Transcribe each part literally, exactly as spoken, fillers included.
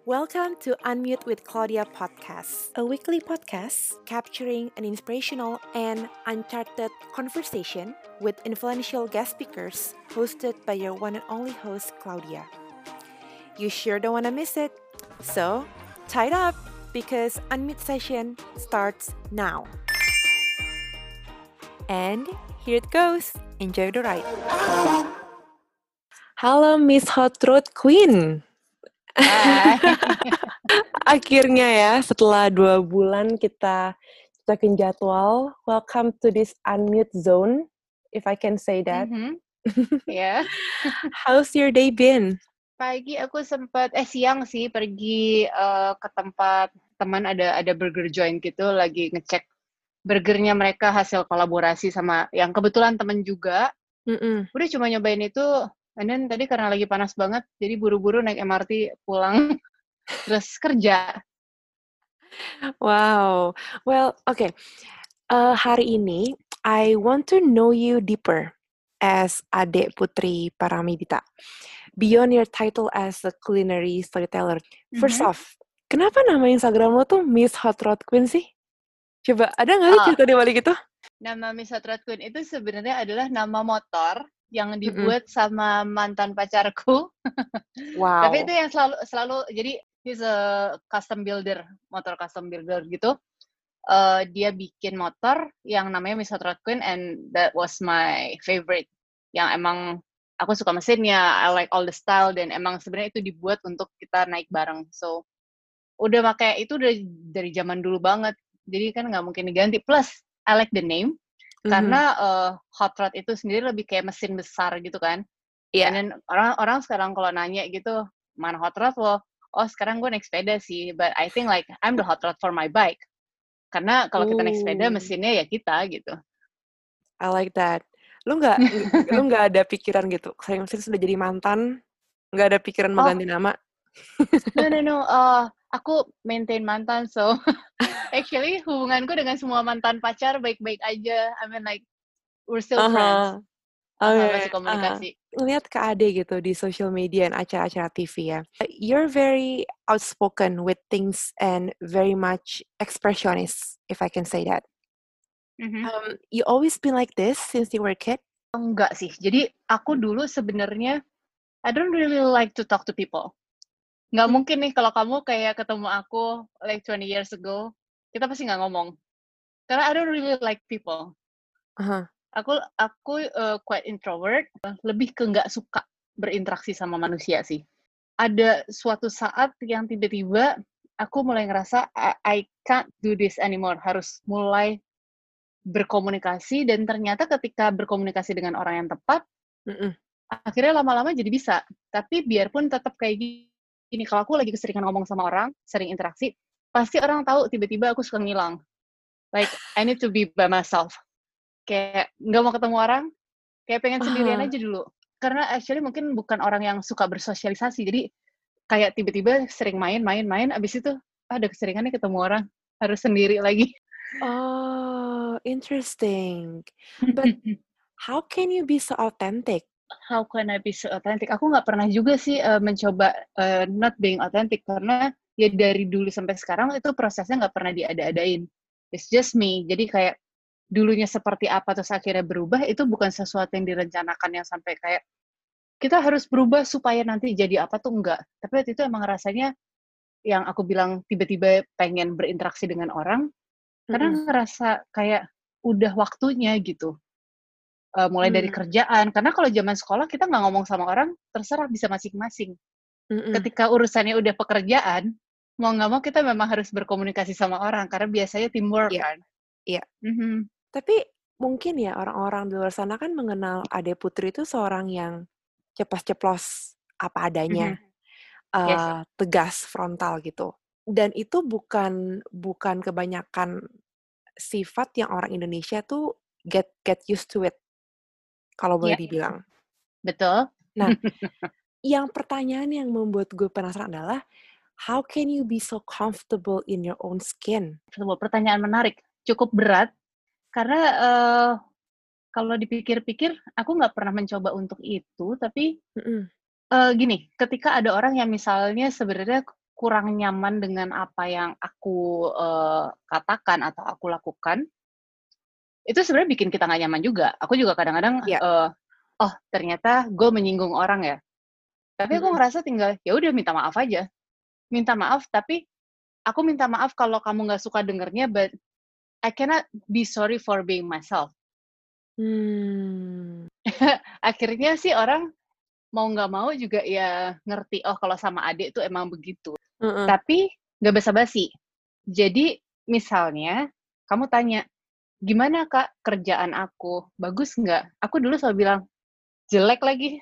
Welcome to Unmute with Claudia podcast, a weekly podcast capturing an inspirational and uncharted conversation with influential guest speakers hosted by your one and only host, Claudia. You sure don't want to miss it. So, tie it up because Unmute session starts now. And here it goes. Enjoy the ride. Halo Miss Hot Rod Queen. Hai. Akhirnya ya, setelah dua bulan kita cekin jadwal. Welcome to this unmute zone, if I can say that. Mhm. Ya. How's your day been? Pagi aku sempat, eh siang sih pergi eh, ke tempat teman ada ada burger joint gitu, lagi ngecek burgernya mereka hasil kolaborasi sama yang kebetulan temen juga. Mm-mm. Udah cuma nyobain itu, and then tadi karena lagi panas banget, jadi buru-buru naik M R T pulang, terus kerja. Wow. Well, okay. Uh, hari ini, I want to know you deeper as Ade Putri Paramidita. Beyond your title as a culinary storyteller. First Mhm. off, kenapa nama Instagram lo tuh Miss Hot Rod Queen sih? Coba, ada nggak sih Ah, cerita di balik itu? nama Miss Hot Rod Queen itu sebenarnya adalah nama motor yang Mm-mm. dibuat sama mantan pacarku. Tapi itu Wow. yang selalu selalu jadi he's a custom builder, motor custom builder gitu. Uh, dia bikin motor yang namanya Miss Hot Rod Queen, and that was my favorite. Yang emang aku suka mesinnya, I like all the style, dan emang sebenarnya itu dibuat untuk kita naik bareng. So udah pakai itu udah dari zaman dulu banget. Jadi kan nggak mungkin diganti. Plus I like the name Mhm. karena uh, hot rod itu sendiri lebih kayak mesin besar gitu kan. Iya. And then orang-orang sekarang kalau nanya gitu, mana hot rod lo? Oh sekarang gue naik sepeda sih, but I think like I'm the hot rod for my bike. Karena kalau kita naik sepeda Ooh, mesinnya ya kita gitu. I like that. Lu nggak lu nggak ada pikiran gitu. Saya mesin sudah jadi mantan, nggak ada pikiran mau Oh ganti nama. no no no, uh, aku maintain mantan, so actually hubunganku dengan semua mantan pacar baik-baik aja. I mean like we're still friends. Aha. Aha, Oke. masih Aha. komunikasi. Ngeliat Kak Ade gitu di social media dan acara-acara T V ya. You're very outspoken with things and very much expressionist, if I can say that. Mhm. Um, you always been like this since you were a kid? Enggak sih. Jadi aku dulu sebenarnya I don't really like to talk to people. Nggak Hmm. mungkin nih kalau kamu kayak ketemu aku like twenty years ago, kita pasti nggak ngomong. Karena I don't really like people. Aha. Aku aku uh, quite introvert, lebih ke nggak suka berinteraksi sama manusia sih. Ada suatu saat yang tiba-tiba aku mulai ngerasa I, I can't do this anymore, harus mulai berkomunikasi, dan ternyata ketika berkomunikasi dengan orang yang tepat, Mm-mm. akhirnya lama-lama jadi bisa. Tapi biarpun tetap kayak gini, kalau aku lagi keseringan ngomong sama orang, sering interaksi, pasti orang tahu tiba-tiba aku suka ngilang. Like, I need to be by myself. Kayak nggak mau ketemu orang, kayak pengen sendirian Aha. aja dulu. Karena actually mungkin bukan orang yang suka bersosialisasi, jadi kayak tiba-tiba sering main-main-main, abis itu ah, ada keseringan nih ketemu orang, harus sendiri lagi. Oh, interesting. But how can you be so authentic? How can I be so authentic? Aku nggak pernah juga sih uh, mencoba uh, not being authentic, karena ya dari dulu sampai sekarang itu prosesnya nggak pernah diada-adain. It's just me. Jadi kayak dulunya seperti apa terus akhirnya berubah, itu bukan sesuatu yang direncanakan yang sampai kayak kita harus berubah supaya nanti jadi apa tuh, enggak. Tapi waktu itu emang rasanya yang aku bilang tiba-tiba pengen berinteraksi dengan orang, karena Mm-mm. ngerasa kayak udah waktunya gitu. Uh, mulai dari Mm. kerjaan, karena kalau zaman sekolah kita nggak ngomong sama orang, terserah bisa masing-masing. Mm-mm. Ketika urusannya udah pekerjaan, mau nggak mau kita memang harus berkomunikasi sama orang, karena biasanya teamwork Iya, kan. iya. Mhm. Tapi mungkin ya orang-orang di luar sana kan mengenal Ade Putri itu seorang yang ceplas-ceplos apa adanya, Mhm. Yes. uh, tegas, frontal gitu. Dan itu bukan bukan kebanyakan sifat yang orang Indonesia tuh get get used to it, kalau boleh Iya, dibilang. betul. Nah, yang pertanyaan yang membuat gue penasaran adalah, how can you be so comfortable in your own skin? Sebuah pertanyaan menarik, cukup berat, karena uh, kalau dipikir-pikir, aku nggak pernah mencoba untuk itu, tapi Mm-mm. uh, gini, ketika ada orang yang misalnya sebenarnya kurang nyaman dengan apa yang aku uh, katakan atau aku lakukan, itu sebenarnya bikin kita nggak nyaman juga. Aku juga kadang-kadang, Iya. uh, oh ternyata gue menyinggung orang ya. Tapi aku Mm-mm. ngerasa tinggal, ya udah minta maaf aja. Minta maaf, tapi aku minta maaf kalau kamu nggak suka dengernya, but I cannot be sorry for being myself. Hmm. Akhirnya sih orang mau nggak mau juga ya ngerti, oh kalau sama adik tuh emang begitu. Mm-mm. Tapi nggak basa-basi. Jadi misalnya kamu tanya, gimana kak kerjaan aku? Bagus nggak? Aku dulu selalu bilang, jelek lagi.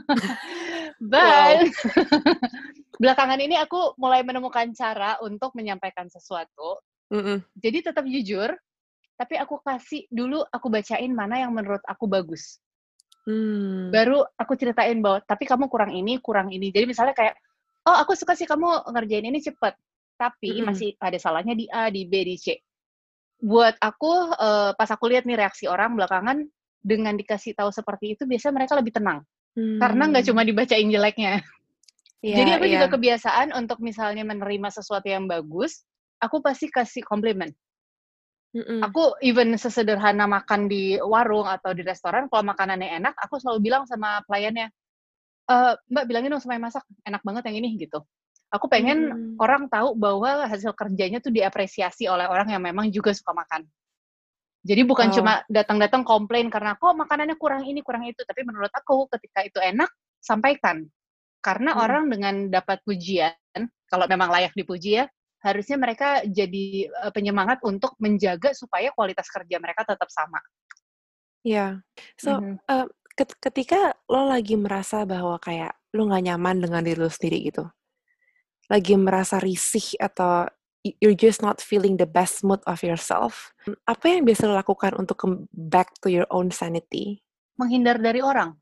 Wow. But belakangan ini aku mulai menemukan cara untuk menyampaikan sesuatu. Mm-mm. Jadi tetap jujur, tapi aku kasih dulu, aku bacain mana yang menurut aku bagus. Hmm. Baru aku ceritain bahwa, tapi kamu kurang ini, kurang ini. Jadi misalnya kayak, oh aku suka sih kamu ngerjain ini cepet, tapi Mm-mm. masih ada salahnya di A, di B, di C. Buat aku, uh, pas aku lihat nih reaksi orang belakangan, dengan dikasih tahu seperti itu, biasanya mereka lebih tenang. Hmm. Karena nggak cuma dibacain jeleknya. Yeah, Jadi aku yeah. juga kebiasaan untuk misalnya menerima sesuatu yang bagus, aku pasti kasih komplimen. Mm-mm. Aku even sesederhana makan di warung atau di restoran, kalau makanannya enak, aku selalu bilang sama kliennya, e, Mbak bilangin dong sama yang masak, enak banget yang ini gitu. Aku pengen Hmm. orang tahu bahwa hasil kerjanya tuh diapresiasi oleh orang yang memang juga suka makan. Jadi bukan Wow. cuma datang-datang komplain karena kok makanannya kurang ini, kurang itu. Tapi menurut aku ketika itu enak, sampaikan. Karena Hmm. orang dengan dapat pujian, kalau memang layak dipuji ya, harusnya mereka jadi uh, penyemangat untuk menjaga supaya kualitas kerja mereka tetap sama. Ya, yeah. So Mm-hmm. uh, ketika lo lagi merasa bahwa kayak lo nggak nyaman dengan diri lo sendiri gitu, lagi merasa risih atau you're just not feeling the best mood of yourself, apa yang biasa lo lakukan untuk come back to your own sanity? Menghindar dari orang.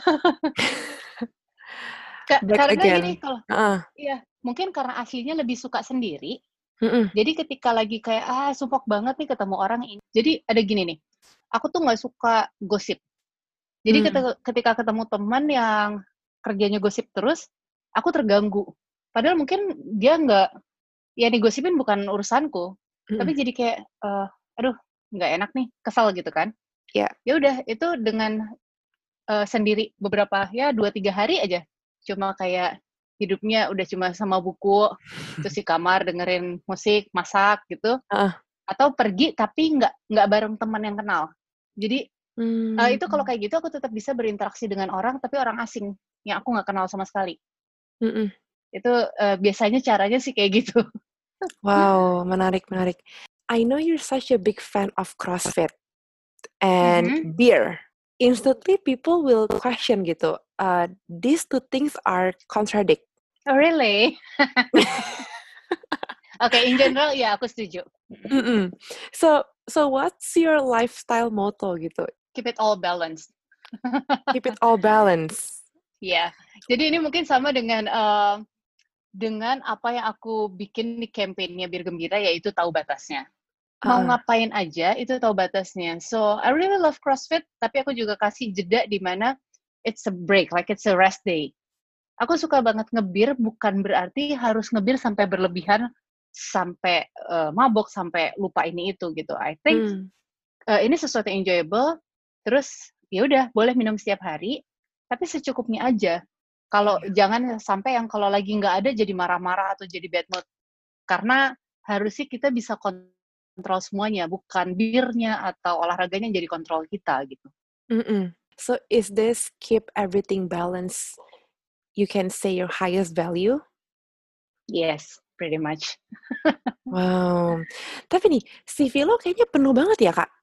Ka- Back karena again. gini, kalau Uh. ya mungkin karena aslinya lebih suka sendiri. Mm-mm. Jadi ketika lagi kayak ah sumpok banget nih ketemu orang ini. Jadi ada gini nih, aku tuh nggak suka gosip. Jadi Hmm. ketika, ketika ketemu teman yang kerjanya gosip terus, aku terganggu. Padahal mungkin dia nggak, ya digosipin bukan urusanku. Mm-mm. Tapi jadi kayak, uh, aduh nggak enak nih, kesal gitu kan. Ya. Yeah. Ya udah itu dengan uh, sendiri beberapa ya dua tiga hari aja. Cuma kayak hidupnya udah cuma sama buku, terus di kamar dengerin musik, masak gitu. Uh. Atau pergi tapi nggak nggak bareng teman yang kenal. Jadi Hmm. uh, itu kalau kayak gitu aku tetap bisa berinteraksi dengan orang tapi orang asing yang aku nggak kenal sama sekali. Mm-mm. Itu uh, biasanya caranya sih kayak gitu. Wow, menarik, menarik. I know you're such a big fan of CrossFit and Mm-hmm. beer. Instantly people will question gitu. Uh, these two things are contradict. Oh really? Oke, okay, in general ya aku setuju. Mm-mm. So, so what's your lifestyle motto gitu? Keep it all balanced. Keep it all balanced. Ya, yeah. Jadi ini mungkin sama dengan uh, dengan apa yang aku bikin di campaign-nya Bir Gembira, yaitu tahu batasnya. Mau uh-uh. ngapain aja itu tahu batasnya. So I really love CrossFit, tapi aku juga kasih jeda di mana it's a break, like it's a rest day. Aku suka banget ngebir, bukan berarti harus ngebir sampai berlebihan, sampai uh, mabok, sampai lupa ini itu gitu. I think hmm. uh, ini sesuatu yang enjoyable. Terus ya udah boleh minum setiap hari, tapi secukupnya aja. Kalau yeah. jangan sampai yang kalau lagi nggak ada jadi marah-marah atau jadi bad mood. Karena harusnya kita bisa kontrol kontrol semuanya, bukan birnya atau olahraganya jadi kontrol kita gitu. Mm-mm. So is this keep everything balanced? You can say your highest value? Yes, pretty much. Wow. Tapi nih, C V lo kayaknya penuh banget ya, Kak?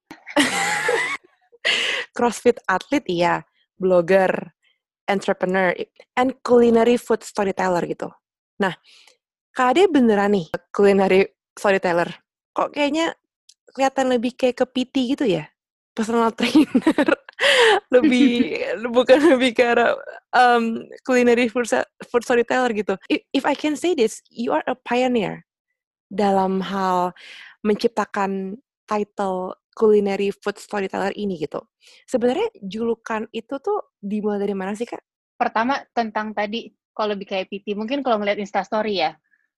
CrossFit atlet iya, blogger, entrepreneur, and culinary food storyteller gitu. Nah, Kak Ade beneran nih culinary storyteller. Kok kayaknya kelihatan lebih kayak ke P T gitu ya? Personal trainer. lebih, bukan lebih ke arah um, culinary food, food storyteller gitu. If, if I can say this, you are a pioneer dalam hal menciptakan title culinary food storyteller ini gitu. Sebenarnya julukan itu tuh dimulai dari mana sih, Kak? Pertama tentang tadi, kalau lebih kayak P T, mungkin kalau ngeliat Instastory ya,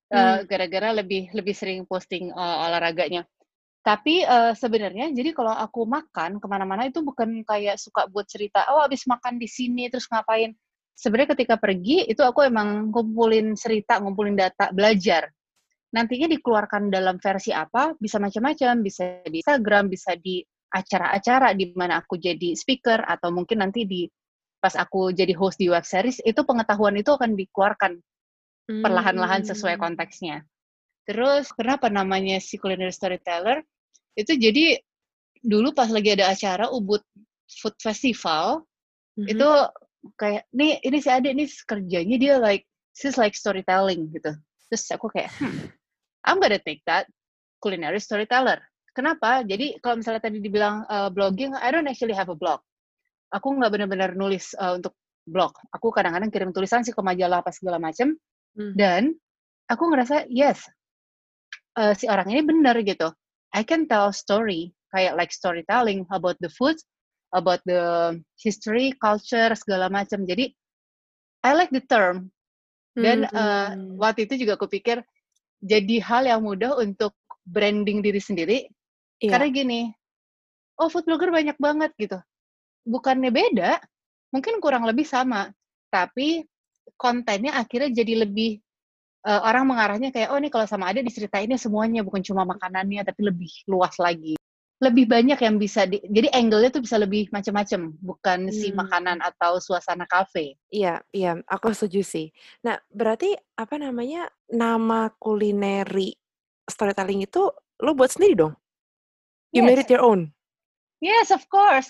uh, Hmm. gara-gara lebih lebih sering posting uh, olahraganya. Tapi uh, sebenarnya, jadi kalau aku makan kemana-mana itu bukan kayak suka buat cerita, oh abis makan di sini terus ngapain. Sebenarnya ketika pergi itu aku emang ngumpulin cerita, ngumpulin data, belajar. Nantinya dikeluarkan dalam versi apa, bisa macam-macam, bisa di Instagram, bisa di acara-acara di mana aku jadi speaker, atau mungkin nanti di pas aku jadi host di web series, itu pengetahuan itu akan dikeluarkan perlahan-lahan sesuai Hmm. konteksnya. Terus, kenapa namanya si culinary storyteller? Itu jadi dulu pas lagi ada acara Ubud Food Festival, Mhm. itu kayak, nih ini si Ade nih kerjanya dia like, she's like storytelling gitu. Terus aku kayak, hmm, I'm gonna take that, culinary storyteller. Kenapa? Jadi kalau misalnya tadi dibilang uh, blogging, I don't actually have a blog. Aku nggak benar-benar nulis uh, untuk blog. Aku kadang-kadang kirim tulisan sih ke majalah apa segala macam. Hmm. Dan aku ngerasa, yes, uh, si orang ini benar gitu. I can tell story, kayak like storytelling about the food, about the history, culture, segala macam. Jadi, I like the term. Dan uh, Hmm. waktu itu juga aku pikir, jadi hal yang mudah untuk branding diri sendiri. Iya. Karena gini, oh food blogger banyak banget gitu. Bukannya beda, mungkin kurang lebih sama. Tapi kontennya akhirnya jadi lebih, uh, orang mengarahnya kayak, oh nih kalau sama Ade diceritainnya semuanya, bukan cuma makanannya, tapi lebih luas lagi. Lebih banyak yang bisa, di, jadi angle-nya tuh bisa lebih macam-macam, bukan si Hmm. makanan atau suasana kafe. Iya, iya, aku setuju sih. Nah, berarti apa namanya, nama culinary storytelling itu lo buat sendiri dong? You made Yes, it your own? yes of course.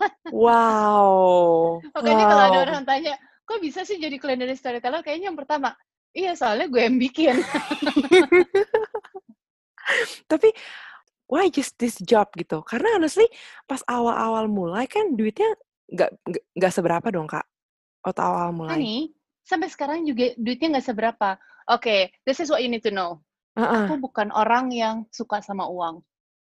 Wow, Makanya kalau ada wow. orang tanya, kok bisa sih jadi culinary storyteller? Kayaknya yang pertama, iya soalnya gue yang bikin. Tapi why just this job gitu? Karena honestly pas awal-awal mulai kan duitnya nggak nggak nggak seberapa dong kak. Waktu awal mulai. Hani, sampai sekarang juga duitnya nggak seberapa. Oke, okay, this is what you need to know. Uh-uh. Aku bukan orang yang suka sama uang.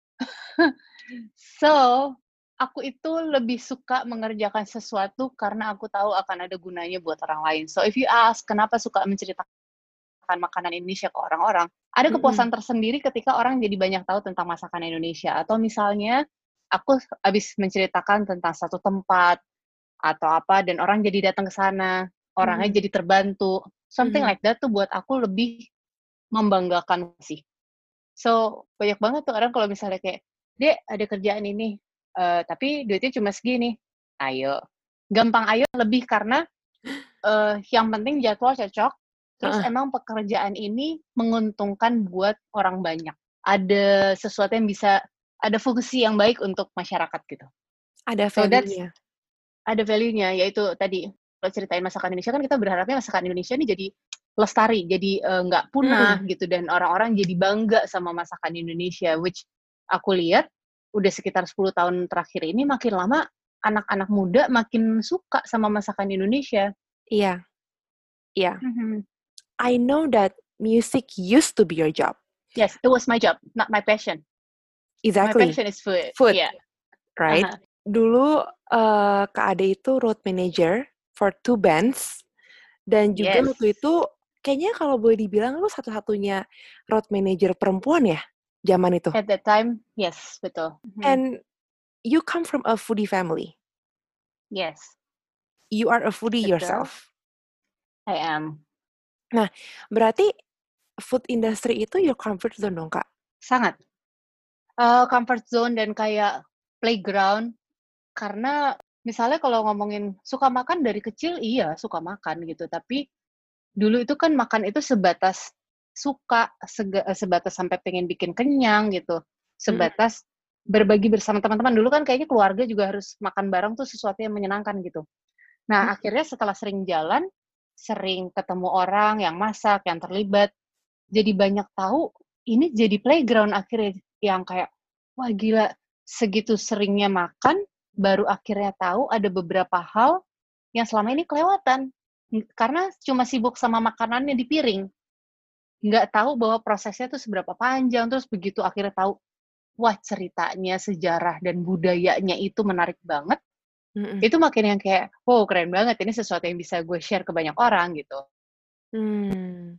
So, aku itu lebih suka mengerjakan sesuatu karena aku tahu akan ada gunanya buat orang lain. So, if you ask, kenapa suka menceritakan makanan Indonesia ke orang-orang, ada kepuasan tersendiri ketika orang jadi banyak tahu tentang masakan Indonesia. Atau misalnya, aku habis menceritakan tentang satu tempat, atau apa, dan orang jadi datang ke sana, orangnya Mm-mm. jadi terbantu. Something Mhm. like that tuh buat aku lebih membanggakan sih. So, banyak banget tuh orang kalau misalnya kayak, Dek, ada kerjaan ini, uh, tapi duitnya cuma segini. Ayo. Gampang ayo lebih karena uh, yang penting jadwal cocok, terus Uh-uh. emang pekerjaan ini menguntungkan buat orang banyak. Ada sesuatu yang bisa, ada fungsi yang baik untuk masyarakat gitu. Ada So, that's, value-nya. ada value-nya, yaitu tadi, kalau ceritain masakan Indonesia kan kita berharapnya masakan Indonesia ini jadi lestari, jadi nggak uh, punah Mm. gitu, dan orang-orang jadi bangga sama masakan Indonesia, which aku lihat udah sekitar sepuluh tahun terakhir ini makin lama anak-anak muda makin suka sama masakan Indonesia. Iya, iya. Mm-hmm. I know that music used to be your job. Yes, it was my job, not my passion. Exactly. My passion is food. Food, Yeah. right? Uh-huh. Dulu uh, Kak Ade itu road manager for two bands. Dan juga Yes. waktu itu, kayaknya kalau boleh dibilang lu satu-satunya road manager perempuan ya, zaman itu. At that time, yes, betul. Mm-hmm. And you come from a foodie family. Yes. You are a foodie Betul. yourself. I am. Nah, berarti food industry itu your comfort zone dong, Kak? Sangat. Uh, comfort zone dan kayak playground. Karena misalnya kalau ngomongin suka makan dari kecil, iya suka makan gitu. Tapi dulu itu kan makan itu sebatas suka, sega, sebatas sampai pengen bikin kenyang gitu. Sebatas mm-hmm. berbagi bersama teman-teman. Dulu kan kayaknya keluarga juga harus makan bareng tuh sesuatu yang menyenangkan gitu. Nah, mm-hmm. akhirnya setelah sering jalan, sering ketemu orang yang masak, yang terlibat, jadi banyak tahu, ini jadi playground akhirnya yang kayak, wah gila, segitu seringnya makan, baru akhirnya tahu ada beberapa hal yang selama ini kelewatan. Karena cuma sibuk sama makanannya di piring. Nggak tahu bahwa prosesnya tuh seberapa panjang, terus begitu akhirnya tahu, wah ceritanya, sejarah, dan budayanya itu menarik banget, mm-hmm. itu makin yang kayak, wow keren banget, ini sesuatu yang bisa gue share ke banyak orang gitu. Hmm.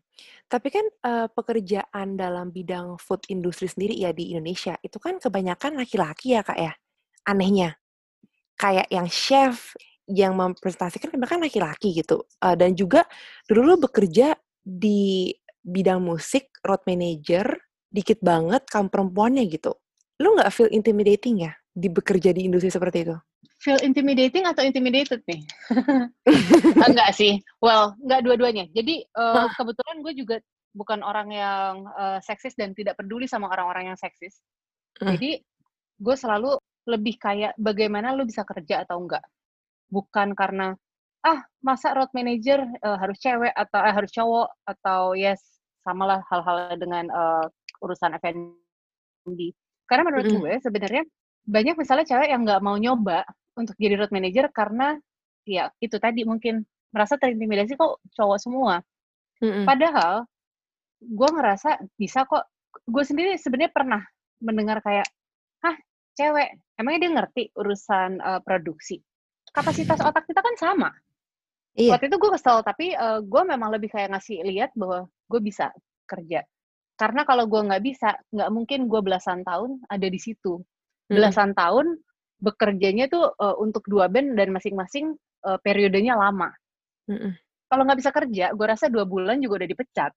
Tapi kan uh, pekerjaan dalam bidang food industry sendiri ya di Indonesia itu kan kebanyakan laki-laki ya kak ya, anehnya. Kayak yang chef yang mempresentasikan kebanyakan laki-laki gitu. Uh, dan juga dulu lu bekerja di bidang musik, road manager, dikit banget kaum perempuannya gitu. Lu nggak feel intimidating ya di bekerja di industri seperti itu? Feel intimidating atau intimidated nih? Enggak sih. Well, enggak dua-duanya. Jadi uh, kebetulan gue juga bukan orang yang uh, seksis dan tidak peduli sama orang-orang yang seksis. Mm. Jadi gue selalu lebih kayak bagaimana lu bisa kerja atau enggak. Bukan karena ah masa road manager uh, harus cewek atau eh, harus cowok atau yes samalah hal-hal dengan uh, urusan F and B. Karena menurut Mm. gue sebenarnya banyak misalnya cewek yang nggak mau nyoba untuk jadi road manager karena ya itu tadi mungkin merasa terintimidasi kok cowok semua. Mm-mm. Padahal gue ngerasa bisa kok. Gue sendiri sebenarnya pernah mendengar kayak, hah cewek, emangnya dia ngerti urusan uh, produksi? Kapasitas otak kita kan sama. Iya. Waktu itu gue kesel, tapi uh, gue memang lebih kayak ngasih lihat bahwa gue bisa kerja. Karena kalau gue nggak bisa, nggak mungkin gue belasan tahun ada di situ. Belasan Mm-mm. tahun bekerjanya tuh uh, untuk dua band dan masing-masing uh, periodenya lama. Mm-mm. Kalau nggak bisa kerja, gue rasa dua bulan juga udah dipecat.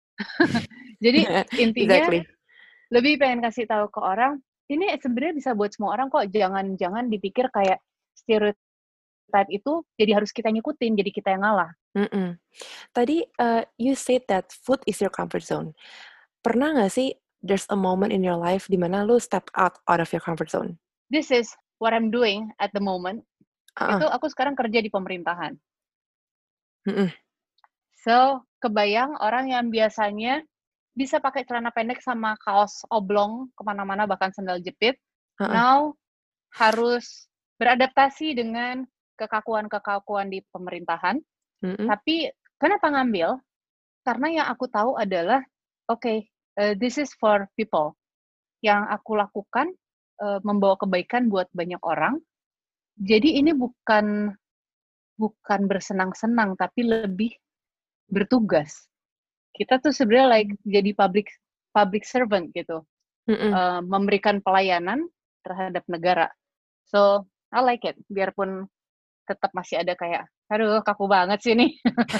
Jadi intinya exactly. Lebih pengen kasih tahu ke orang, ini sebenarnya bisa buat semua orang kok. Jangan-jangan dipikir kayak stereotype itu jadi harus kita ngikutin, jadi kita yang ngalah. Mm-mm. Tadi uh, you said that food is your comfort zone. Pernah nggak sih there's a moment in your life di mana lu step out out of your comfort zone? This is what I'm doing at the moment. Uh-uh. Itu aku sekarang kerja di pemerintahan. Mm-mm. So, kebayang orang yang biasanya bisa pakai celana pendek sama kaos oblong kemana-mana, bahkan sandal jepit, uh-uh. Now harus beradaptasi dengan kekakuan-kekakuan di pemerintahan. Mm-mm. Tapi kenapa ngambil? Karena yang aku tahu adalah, oke, okay, uh, this is for people. Yang aku lakukan uh, membawa kebaikan buat banyak orang. Jadi ini bukan bukan bersenang-senang, tapi lebih bertugas. Kita tuh sebenarnya like jadi public public servant gitu, uh, memberikan pelayanan terhadap negara. So I like it, biarpun tetap masih ada kayak, aduh kaku banget sih nih.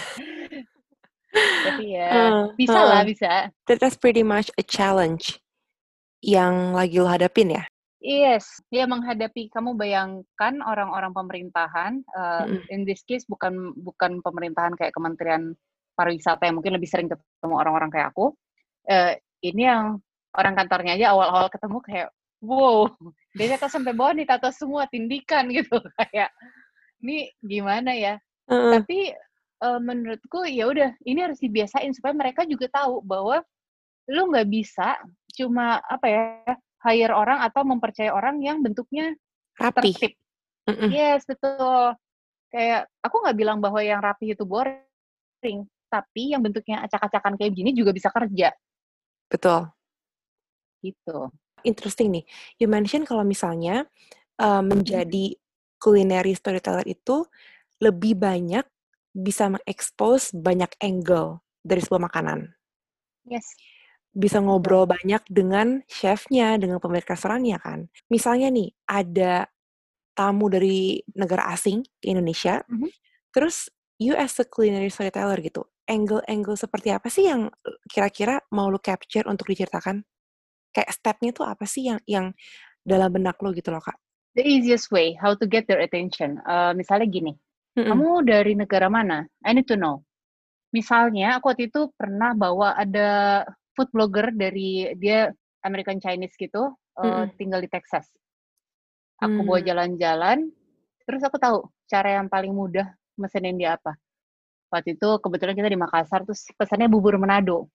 Tapi ya uh, bisa uh, lah bisa. That's pretty much a challenge yang lagi lo hadapin ya? Yes, dia menghadapi, kamu bayangkan orang-orang pemerintahan, uh, mm-hmm. in this case bukan bukan pemerintahan kayak Kementerian Pariwisata yang mungkin lebih sering ketemu orang-orang kayak aku. Uh, ini yang orang kantornya aja awal-awal ketemu kayak, wow, dari atas sampai bawah nih tato semua tindikan gitu kayak, ini gimana ya? Uh-uh. Tapi uh, menurutku ya udah, ini harus dibiasain supaya mereka juga tahu bahwa lu nggak bisa cuma apa ya? hire orang atau mempercayai orang yang bentuknya rapi. Tertib. Mm-mm. Yes, betul. Kayak, aku nggak bilang bahwa yang rapi itu boring, tapi yang bentuknya acak-acakan kayak gini juga bisa kerja. Betul. Gitu. Interesting nih. You mention kalau misalnya uh, menjadi culinary storyteller itu lebih banyak bisa mengekspos banyak angle dari sebuah makanan. Yes. Bisa ngobrol Betul. banyak dengan chefnya, dengan pemilik restorannya kan. Misalnya nih, ada tamu dari negara asing ke Indonesia, mm-hmm. terus you as a culinary storyteller gitu, angle-angle seperti apa sih yang kira-kira mau lu capture untuk diceritakan? Kayak step-nya tuh apa sih yang yang dalam benak lo gitu loh, Kak? The easiest way, how to get their attention. Uh, misalnya gini, mm-hmm. kamu dari negara mana? I need to know. Misalnya, aku waktu itu pernah bawa ada food blogger dari, dia American Chinese gitu, uh, mm-hmm. tinggal di Texas. Aku hmm. bawa jalan-jalan, terus aku tahu cara yang paling mudah mesenin dia apa. Waktu itu kebetulan kita di Makassar, terus pesannya bubur Manado.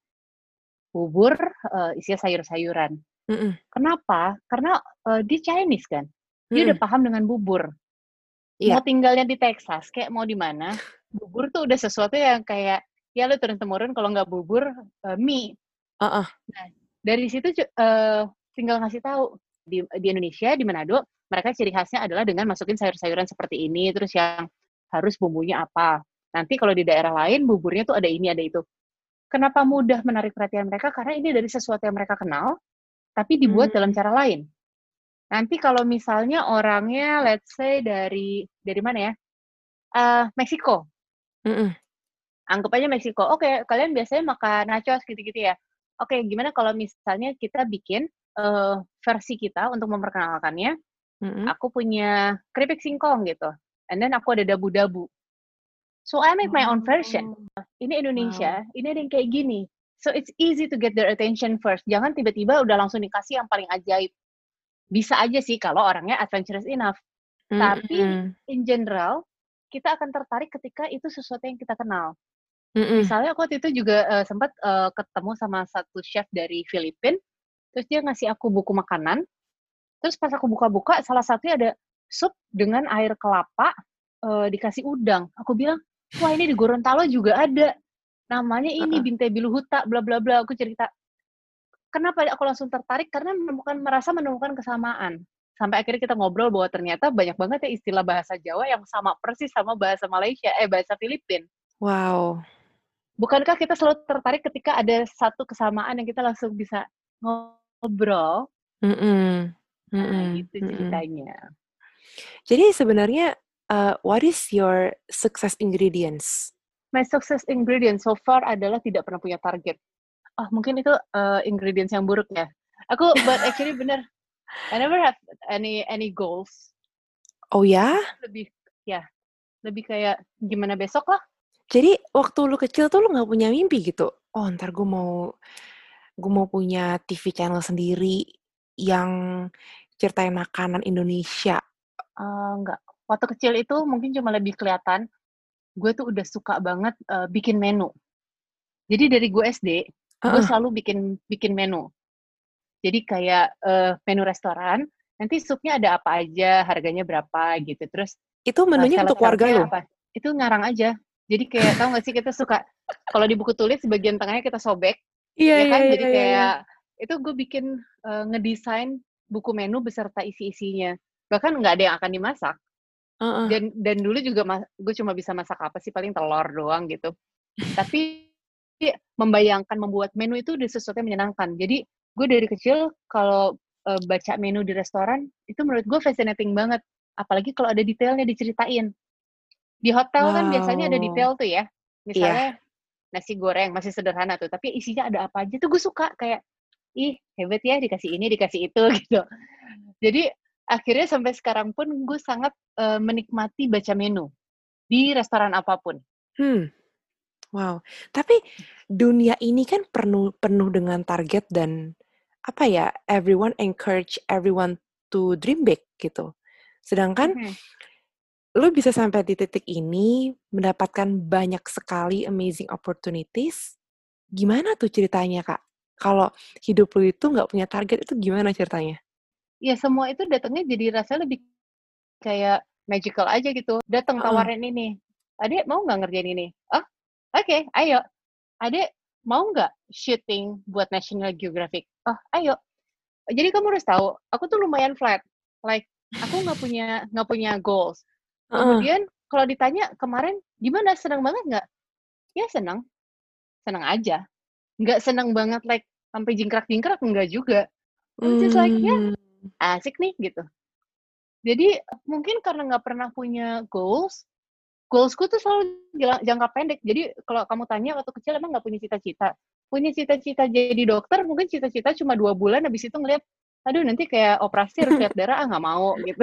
Bubur uh, isinya sayur-sayuran. Mm-mm. Kenapa? Karena uh, dia Chinese kan. Dia Mm-mm. udah paham dengan bubur. Yeah. Mau tinggalnya di Texas, kayak mau di mana, bubur tuh udah sesuatu yang kayak, ya lu turun-temurun kalau nggak bubur, uh, mie. Uh-uh. Nah, dari situ uh, tinggal ngasih tahu. Di, di Indonesia, di Manado, mereka ciri khasnya adalah dengan masukin sayur-sayuran seperti ini, terus yang harus bumbunya apa. Nanti kalau di daerah lain, buburnya tuh ada ini, ada itu. Kenapa mudah menarik perhatian mereka? Karena ini dari sesuatu yang mereka kenal, tapi dibuat dalam Hmm. cara lain. Nanti kalau misalnya orangnya, let's say dari dari mana ya? Uh, Meksiko. Mm-mm. Anggap aja Meksiko. Oke, kalian biasanya makan nachos gitu-gitu ya. Oke, gimana kalau misalnya kita bikin uh, versi kita untuk memperkenalkannya? Mm-mm. Aku punya keripik singkong gitu. And then aku ada dabu-dabu. So I make my own version. Oh, Ini Indonesia, wow. ini ada yang kayak gini. So it's easy to get their attention first. Jangan tiba-tiba udah langsung dikasih yang paling ajaib. Bisa aja sih kalau orangnya adventurous enough. Tapi Mm-mm. in general, kita akan tertarik ketika itu sesuatu yang kita kenal. Mm-mm. Misalnya aku waktu itu juga uh, sempat uh, ketemu sama satu chef dari Filipina, terus dia ngasih aku buku makanan, terus pas aku buka-buka, salah satunya ada sup dengan air kelapa, uh, dikasih udang. Aku bilang, wah ini di Gorontalo juga ada. Namanya ini Uh-uh. Binte Biluhuta, bla bla bla. Aku cerita. Kenapa aku langsung tertarik? Karena menemukan merasa menemukan kesamaan. Sampai akhirnya kita ngobrol bahwa ternyata banyak banget ya istilah bahasa Jawa yang sama persis sama bahasa Malaysia, eh bahasa Filipina. Wow. Bukankah kita selalu tertarik ketika ada satu kesamaan yang kita langsung bisa ngobrol? Mm-mm. Nah, Mm-mm. gitu Mm-mm. ceritanya. Jadi sebenarnya, uh, what is your success ingredients? My success ingredient so far adalah tidak pernah punya target. Oh, mungkin itu uh, ingredients yang buruk ya. Aku, but actually bener, I never have any any goals. Oh ya? Lebih, ya, lebih kayak gimana besok lah. Jadi waktu lu kecil tuh lu nggak punya mimpi gitu? Oh ntar gue mau gue mau punya T V channel sendiri yang ceritain makanan Indonesia. Uh, enggak. Waktu kecil itu mungkin cuma lebih kelihatan, gue tuh udah suka banget uh, bikin menu. Jadi dari gue S D, gue Uh-uh. selalu bikin bikin menu. Jadi kayak uh, menu restoran, nanti supnya ada apa aja, harganya berapa gitu. Terus Itu uh, menunya untuk keluarga salad-saladnya lu? apa? Itu ngarang aja. Jadi kayak tau gak sih kita suka kalau di buku tulis bagian tengahnya kita sobek, Iya, ya iya, kan? iya, Jadi iya, iya. kayak itu gue bikin uh, ngedesain buku menu beserta isi-isinya. Bahkan nggak ada yang akan dimasak. Uh-uh. Dan dan dulu juga gue cuma bisa masak apa sih, paling telur doang gitu. Tapi membayangkan membuat menu itu udah sesuatu yang menyenangkan. Jadi gue dari kecil kalau uh, baca menu di restoran itu menurut gue fascinating banget. Apalagi kalau ada detailnya diceritain. Di hotel kan biasanya ada Wow. detail tuh ya. Iya. Misalnya nasi goreng masih sederhana tuh, tapi isinya ada apa aja tuh gue suka kayak ih hebat ya dikasih ini dikasih itu gitu. Jadi akhirnya sampai sekarang pun gue sangat uh, menikmati baca menu di restoran apapun. Hmm. Wow. Tapi dunia ini kan penuh penuh dengan target dan apa ya? Everyone encourage everyone to dream big gitu. Sedangkan Mm-hmm. lu bisa sampai di titik ini mendapatkan banyak sekali amazing opportunities. Gimana tuh ceritanya, Kak? Kalau hidup lu itu nggak punya target, itu gimana ceritanya? Ya semua itu datangnya jadi rasanya lebih kayak magical aja gitu. Datang Heeh. tawarin ini. Adek mau nggak ngerjain ini? Oh, oke, okay, ayo. Adek mau nggak shooting buat National Geographic? Oh, ayo. Jadi kamu harus tahu, aku tuh lumayan flat. Like, aku nggak punya nggak punya goals. Heeh. Kemudian kalau ditanya kemarin gimana, senang banget nggak? Ya senang, senang aja. Nggak senang banget like sampai jingkrak-jingkrak enggak juga. I'm just like, ya Hmm. asik nih gitu. Jadi mungkin karena nggak pernah punya goals, goalsku tuh selalu jangka pendek. Jadi kalau kamu tanya waktu kecil emang nggak punya cita-cita. Punya cita-cita jadi dokter, mungkin cita-cita cuma dua bulan, habis itu ngeliat, aduh nanti kayak operasi harus lihat darah, ah nggak mau gitu.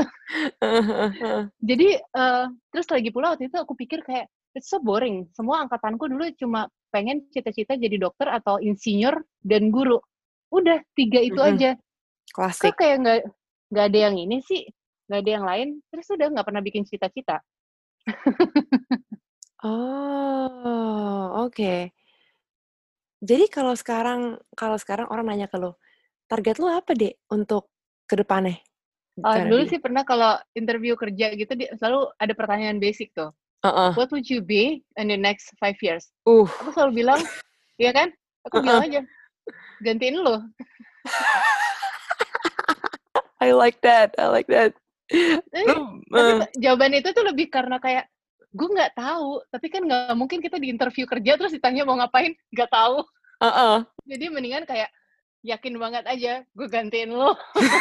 Jadi uh, terus lagi pula waktu itu aku pikir kayak it's so boring. Semua angkatanku dulu cuma pengen cita-cita jadi dokter atau insinyur dan guru. Udah tiga itu Mm-mm. aja. Kok Klasik. kayak nggak nggak ada yang ini sih, nggak ada yang lain. Terus udah nggak pernah bikin cita-cita. Oh, oke. Jadi kalau sekarang kalau sekarang orang nanya ke lu, target lu apa, Dek, untuk ke depannya? Uh, Gimana, dulu Dek? sih pernah kalau interview kerja gitu di, selalu ada pertanyaan basic tuh. Heeh. What would you be in the next five years? Uh. Aku selalu bilang, iya kan? Aku Heeh. bilang aja, gantiin lo. I like that. I like that. Tapi, Lu, tapi uh. jawaban itu tuh lebih karena kayak Gue nggak tahu, tapi kan nggak mungkin kita di interview kerja terus ditanya mau ngapain, nggak tahu. Heeh. Jadi mendingan kayak yakin banget aja, gue gantiin lo.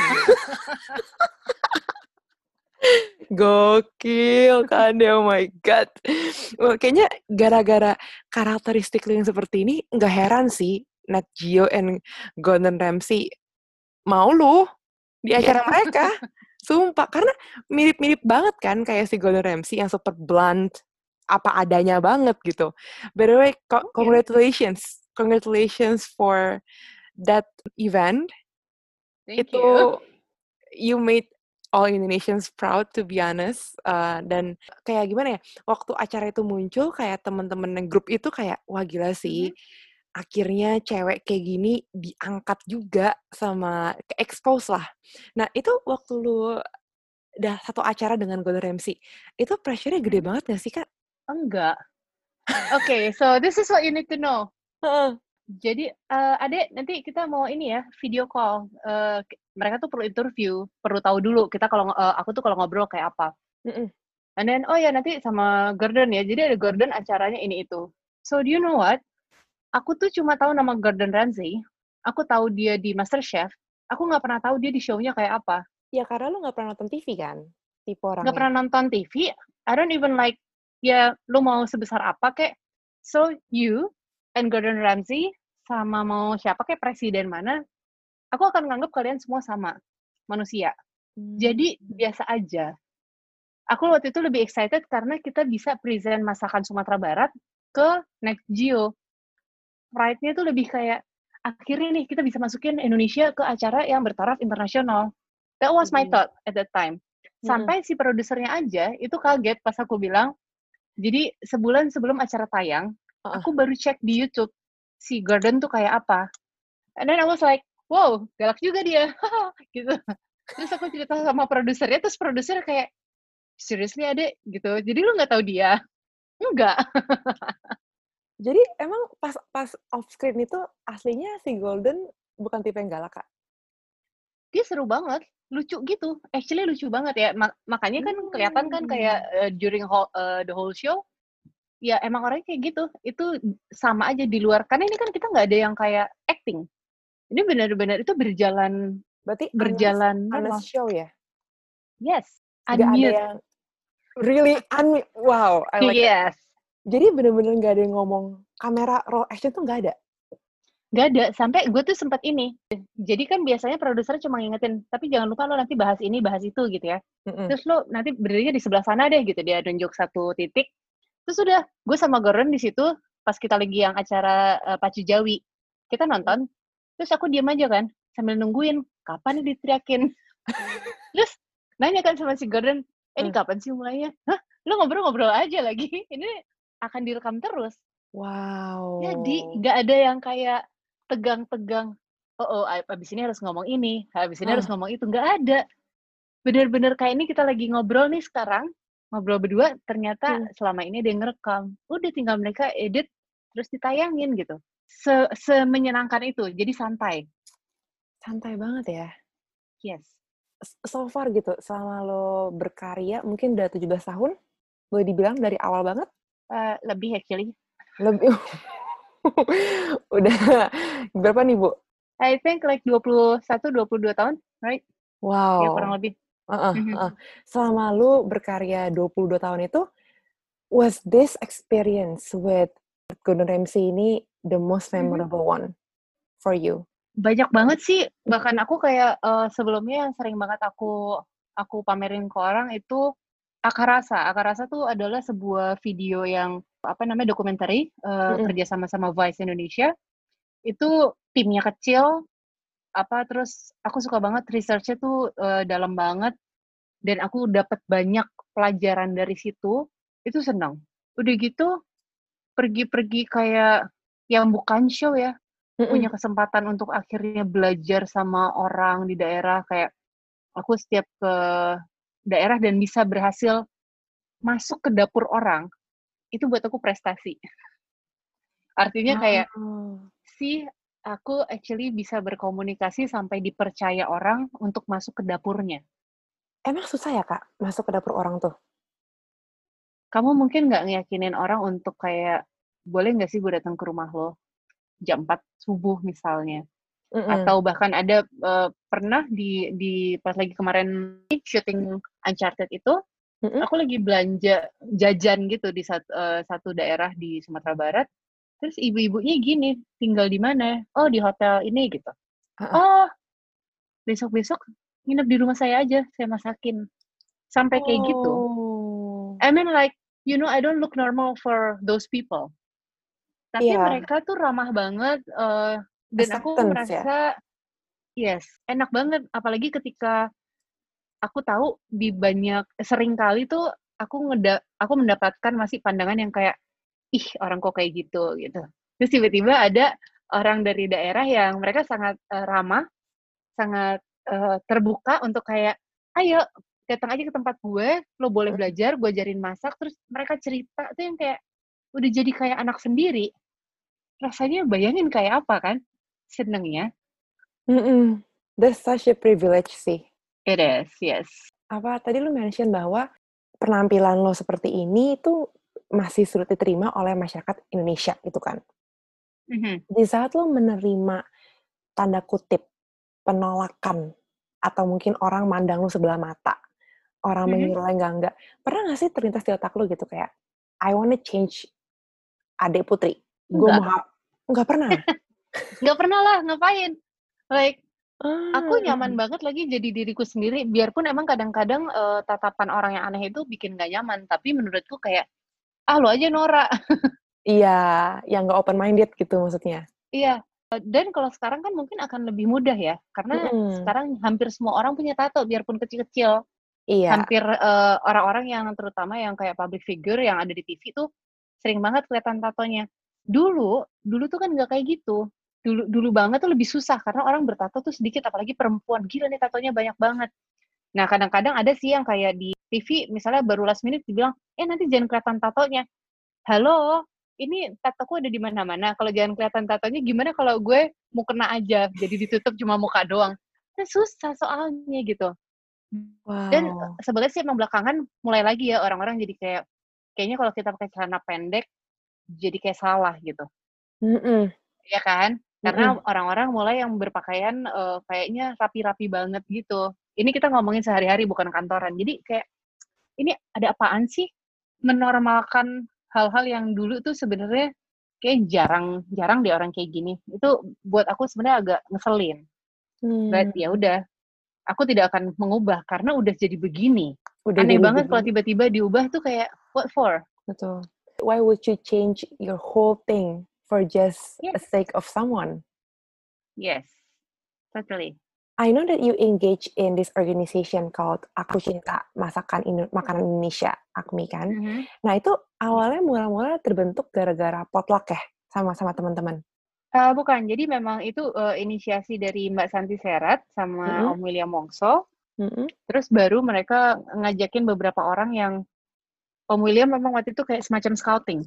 Gokil kan ya, oh my god. Wah, kayaknya gara-gara karakteristik lu yang seperti ini, nggak heran sih Nat Geo and Gordon Ramsay mau lu di acara mereka. Sumpah, karena mirip-mirip banget kan kayak si Gordon Ramsay yang super blunt, apa adanya banget gitu. By the way, co- Mungkin. congratulations. Congratulations for that event. Thank Itu you. you made all Indonesians proud, to be honest. Uh, dan kayak gimana ya, waktu acara itu muncul, kayak temen-temen grup itu kayak, wah gila sih, Mm-hmm. akhirnya cewek kayak gini diangkat juga sama, ke-expose lah. Nah, itu waktu lu udah satu acara dengan Gordon Ramsay, itu pressure-nya gede Mm-hmm. banget gak sih, Kak? Enggak. Oke, okay, so this is what you need to know. Heeh. Jadi, uh, adek, nanti kita mau ini ya, video call. Uh, mereka tuh perlu interview, perlu tahu dulu kita kalau uh, aku tuh kalau ngobrol kayak apa. Mm-mm. And then, oh ya nanti sama Gordon ya. Jadi ada Gordon acaranya ini itu. So do you know what? Aku tuh cuma tahu nama Gordon Ramsay. Aku tahu dia di MasterChef. Aku nggak pernah tahu dia di show-nya kayak apa. Ya karena lu nggak pernah nonton T V kan, tipe orangnya. Nggak pernah nonton T V. I don't even like, ya lu mau sebesar apa kek. So you and Gordon Ramsay sama mau siapa kayak presiden mana, aku akan nganggap kalian semua sama manusia. Hmm. Jadi biasa aja. Aku waktu itu lebih excited karena kita bisa present masakan Sumatera Barat ke Nat Geo. Pride-nya tuh lebih kayak, akhirnya nih kita bisa masukin Indonesia ke acara yang bertaraf internasional. That was my thought at that time. Sampai si produsernya aja itu kaget pas aku bilang, jadi sebulan sebelum acara tayang, Uh-uh. aku baru cek di YouTube si Gordon tuh kayak apa. And then I was like, wow, galak juga dia. gitu. Terus aku cerita sama produsernya, terus produser kayak, seriously adek? Gitu. Jadi lu nggak tahu dia? Enggak. Jadi emang pas pas off screen itu aslinya si Golden bukan tipe yang galak, Kak? Dia seru banget, lucu gitu. Actually lucu banget ya. Ma- makanya kan Hmm. kelihatan kan kayak uh, during whole, uh, the whole show, ya emang orangnya kayak gitu. Itu sama aja di luar. Karena ini kan kita nggak ada yang kayak acting. Ini benar-benar itu berjalan Berarti berjalan honest, honest normal. show ya? Yes. Gak ada Unmute. yang really unmute. Wow, I like Yes. it. Jadi bener-bener gak ada yang ngomong kamera roll action tuh gak ada? Gak ada. Sampai gue tuh sempat ini. Jadi kan biasanya produser cuma ngingetin, tapi jangan lupa lo nanti bahas ini, bahas itu gitu ya. Mm-mm. Terus lo nanti berdirinya di sebelah sana deh gitu. Dia nunjuk satu titik. Terus udah, gue sama Gordon di situ pas kita lagi yang acara uh, Pacu Jawi. Kita nonton. Terus aku diam aja kan, sambil nungguin kapan nih diteriakin. Terus nanya kan sama si Gordon, eh ini kapan sih mulainya? Hah? Lo ngobrol-ngobrol aja lagi. Ini akan direkam terus. Wow. Jadi nggak ada yang kayak tegang-tegang. Oh, oh, abis ini harus ngomong ini, habis ini Hah. harus ngomong itu. Nggak ada. Bener-bener kayak ini kita lagi ngobrol nih sekarang, ngobrol berdua, ternyata hmm. selama ini ada yang ngerekam. Udah tinggal mereka edit, terus ditayangin gitu. Se Semenyenangkan itu, jadi santai. Santai banget ya? Yes. So far gitu, selama lo berkarya, mungkin udah tujuh belas tahun? Boleh dibilang dari awal banget? Uh, lebih actually. Lebih? Udah berapa nih, Bu? I think like dua puluh satu dua puluh dua tahun, right? Wow. Ya, kurang lebih. Uh-uh, uh-uh. Selama lu berkarya dua puluh dua tahun itu, was this experience with Gordon Ramsay ini the most memorable mm-hmm. one for you? Banyak banget sih. Bahkan aku kayak uh, sebelumnya yang sering banget aku aku pamerin ke orang itu Akarasa. Akarasa tuh adalah sebuah video yang apa namanya dokumenter uh, mm-hmm. kerja sama sama Vice Indonesia. Itu timnya kecil, apa terus aku suka banget research-nya tuh uh, dalam banget dan aku dapat banyak pelajaran dari situ. Itu senang. Udah gitu pergi-pergi kayak yang bukan show ya. Mm-mm. Punya kesempatan untuk akhirnya belajar sama orang di daerah, kayak aku setiap ke daerah dan bisa berhasil masuk ke dapur orang, itu buat aku prestasi. Artinya kayak oh. sih aku actually bisa berkomunikasi sampai dipercaya orang untuk masuk ke dapurnya. Emang susah ya Kak masuk ke dapur orang tuh? kamu mungkin nggak ngeyakinin orang untuk kayak, boleh nggak sih gue datang ke rumah lo jam empat subuh misalnya. Mm-mm. Atau bahkan ada uh, pernah di di pas lagi kemarin syuting Uncharted itu, Mm-mm. aku lagi belanja jajan gitu di satu, uh, satu daerah di Sumatera Barat. Terus ibu-ibunya gini, tinggal di mana? Oh di hotel ini gitu. Ah, ah. Oh besok-besok nginep di rumah saya aja, saya masakin. Sampai kayak gitu. Oh, I mean like, you know, I don't look normal for those people. Tapi iya, mereka tuh ramah banget, uh, dan aku acceptance ya. merasa, yes, enak banget. Apalagi ketika aku tahu di banyak, sering kali tuh aku ngeda aku mendapatkan masih pandangan yang kayak, ih orang kok kayak gitu, gitu. Terus tiba-tiba ada orang dari daerah yang mereka sangat uh, ramah, sangat uh, terbuka untuk kayak, ayo datang aja ke tempat gue, lo boleh belajar, gue ajarin masak, terus mereka cerita tuh yang kayak udah jadi kayak anak sendiri. Rasanya bayangin kayak apa kan? Senengnya. Mm-mm. That's such a privilege sih. It is, yes. Apa tadi lu mention bahwa penampilan lo seperti ini itu masih sulit diterima oleh masyarakat Indonesia gitu kan. Mhm. Di saat lo menerima tanda kutip penolakan atau mungkin orang mandang lo sebelah mata, orang Mhm. mengira enggak-enggak, pernah nggak sih terlintas di otak lo gitu kayak, I wanna change adik Putri, gue Enggak. mau ha- nggak pernah? Nggak pernah lah, ngapain? Like, aku Ah, nyaman banget lagi jadi diriku sendiri, biarpun emang kadang-kadang uh, tatapan orang yang aneh itu bikin gak nyaman, tapi menurutku kayak, ah lo aja norak. iya, yang nggak open minded gitu maksudnya. Iya, dan kalau sekarang kan mungkin akan lebih mudah ya, karena Mm-mm. sekarang hampir semua orang punya tato, biarpun kecil-kecil. Iya, Hampir uh, orang-orang yang terutama yang kayak public figure yang ada di T V tuh sering banget kelihatan tatonya. Dulu, dulu tuh kan nggak kayak gitu. Dulu dulu banget tuh lebih susah karena orang bertato tuh sedikit, apalagi perempuan. Gila nih tatonya banyak banget. Nah, kadang-kadang ada sih yang kayak di T V misalnya baru last minute dibilang, "Eh, nanti jangan kelihatan tatonya." Halo, ini tatoku ada di mana-mana. Kalau jangan kelihatan tatonya gimana kalau gue mau kena aja, jadi ditutup cuma muka doang. Kan susah soalnya gitu. Dan wow. sebenarnya sih emang belakangan mulai lagi ya orang-orang jadi kayak, kayaknya kalau kita pakai celana pendek, jadi kayak salah gitu, Mm-mm. ya kan? Karena Mm-mm. orang-orang mulai yang berpakaian, eee, kayaknya rapi-rapi banget gitu. Ini kita ngomongin sehari-hari bukan kantoran. Jadi kayak, ini ada apaan sih? Menormalkan hal-hal yang dulu tuh sebenarnya kayak jarang jarang deh orang kayak gini. Itu buat aku sebenarnya agak ngeselin. But Hmm, ya udah, aku tidak akan mengubah karena udah jadi begini. udah Aneh jadi banget kalau begini, tiba-tiba diubah tuh kayak, what for? betul. Why would you change your whole thing for just a Yes, sake of someone? yes, totally. I know that you engage in this organization called Aku Cinta Masakan Indo- Makanan Indonesia, AKMI kan. Mhm. Nah itu Iya. awalnya mula-mula terbentuk gara-gara potluck ya, sama-sama teman-teman. Eee, bukan, jadi memang itu, eee, inisiasi dari Mbak Santi Serat sama Mm-mm, Om William Wongso, mm-mm. terus baru mereka ngajakin beberapa orang yang Om William memang waktu itu kayak semacam scouting.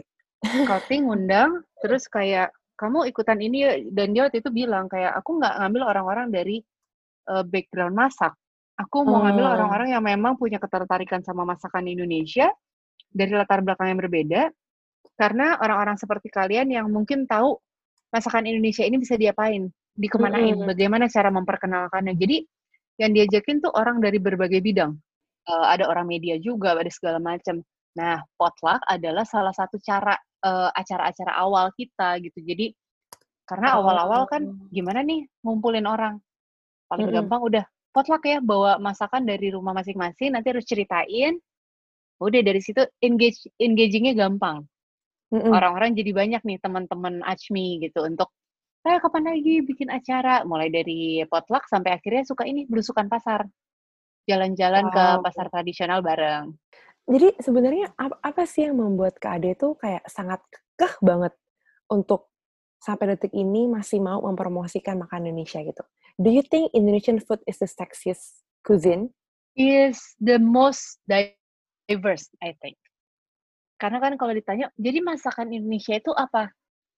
Scouting ngundang, terus kayak, "Kamu ikutan ini yuk," dan dia waktu itu bilang kayak, "Aku nggak ngambil orang-orang dari, eee, background masak. Aku mau ngambil Hmm, orang-orang yang memang punya ketertarikan sama masakan Indonesia, dari latar belakang yang berbeda, karena orang-orang seperti kalian yang mungkin tahu masakan Indonesia ini bisa diapain, dikemanain, mm-mm. bagaimana cara memperkenalkannya." Jadi yang diajakin tuh orang dari berbagai bidang. Eee, ada orang media juga, ada segala macam. Nah, potluck adalah salah satu cara, eee, acara-acara awal kita gitu. Jadi karena awal-awal kan Oh, gimana nih ngumpulin orang, paling mm-mm, gampang udah potluck ya, bawa masakan dari rumah masing-masing, nanti harus ceritain, udah dari situ engage engaging-nya gampang. mm-mm. Orang-orang jadi banyak nih teman-teman Achmi gitu untuk, "Eh, kapan lagi bikin acara?" Mulai dari potluck sampai akhirnya suka ini, belusukan pasar, jalan-jalan ke Wow. pasar tradisional bareng. Jadi sebenarnya ap- apa sih yang membuat Kak Ade tuh kayak sangat kekeh banget untuk sampai detik ini masih mau mempromosikan makanan Indonesia gitu? Do you think Indonesian food is the sexiest cuisine? Is the most diverse, I think. Karena kan kalau ditanya, "Jadi masakan Indonesia itu apa?"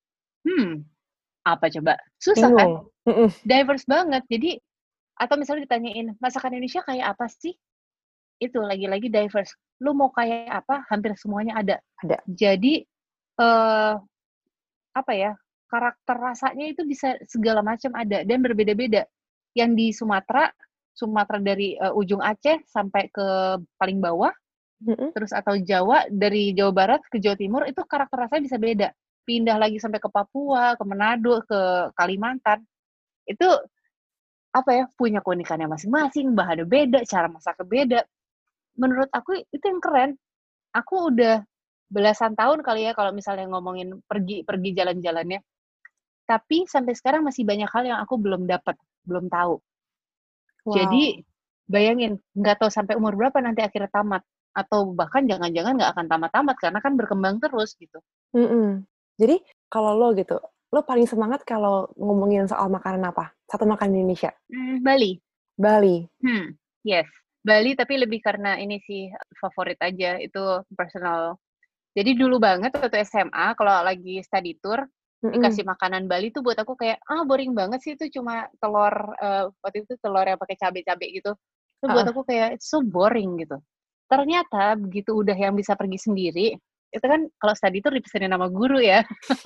Hmm, apa coba? Susah kan? Bingung. Mhm. Diverse banget. Jadi atau misalnya ditanyain, "Masakan Indonesia kayak apa sih?" itu lagi-lagi diverse. Lu mau kayak apa, hampir semuanya ada. Ada. Jadi uh, apa ya, karakter rasanya itu bisa segala macam ada dan berbeda-beda. Yang di Sumatera, Sumatera dari uh, ujung Aceh sampai ke paling bawah, Mm-mm. terus atau Jawa, dari Jawa Barat ke Jawa Timur, itu karakter rasanya bisa beda. Pindah lagi sampai ke Papua, ke Manado, ke Kalimantan, itu apa ya, punya keunikannya masing-masing, bahannya beda, cara masaknya beda. Menurut aku itu yang keren. Aku udah belasan tahun kali ya kalau misalnya ngomongin pergi-pergi jalan-jalannya. Tapi sampai sekarang masih banyak hal yang aku belum dapat, belum tahu. Wow. Jadi bayangin, nggak tahu sampai umur berapa nanti akhirnya tamat. Atau bahkan jangan-jangan nggak akan tamat-tamat karena kan berkembang terus gitu. Mm-mm. Jadi kalau lo gitu, lo paling semangat kalau ngomongin soal makanan apa? Satu makanan Indonesia. Hmm, Bali. Bali. Hmm, yes. Bali tapi lebih karena ini sih favorit aja, itu personal. Jadi dulu banget waktu S M A kalau lagi study tour, Mm-mm. dikasih makanan Bali tuh buat aku kayak, ah boring banget sih, itu cuma telur, uh, waktu itu telur yang pakai cabai-cabai gitu. Itu buat Uh-uh. aku kayak, it's so boring gitu. Ternyata begitu udah yang bisa pergi sendiri, itu kan kalau study tour dipesenin nama guru ya.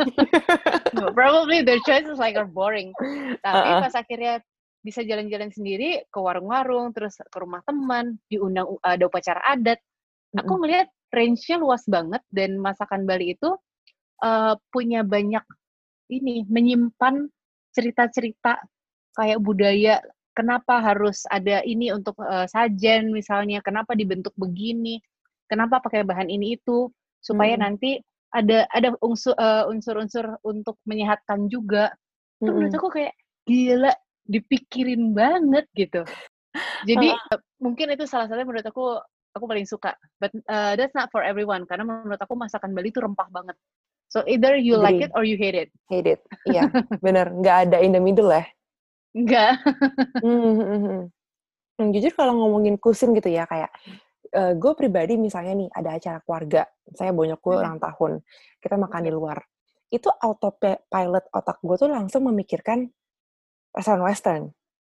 Probably their choices like are boring. Tapi Uh-uh. pas akhirnya bisa jalan-jalan sendiri ke warung-warung, terus ke rumah teman, diundang ada upacara adat, aku Mm-mm. ngelihat range-nya luas banget dan masakan Bali itu uh, punya banyak ini, menyimpan cerita-cerita kayak budaya, kenapa harus ada ini untuk uh, sajen misalnya, kenapa dibentuk begini, kenapa pakai bahan ini itu, supaya Mm-mm. nanti ada ada unsur, uh, unsur-unsur untuk menyehatkan juga. Itu menurut Mm-mm. aku kayak gila, dipikirin banget gitu. Jadi Uh-uh. uh, mungkin itu salah satunya menurut aku aku paling suka. But uh, that's not for everyone karena menurut aku masakan Bali itu rempah banget. So either you like Agree. it or you hate it. Hate it. Iya, bener. Nggak ada in the middle ya. Enggak. Mm-hmm. Hmm, jujur kalau ngomongin kusin gitu ya, kayak uh, gue pribadi misalnya nih, ada acara keluarga, saya bonyok gue ulang tahun, kita makan di Yes. luar. Itu autopilot otak gue tuh langsung memikirkan restoran western.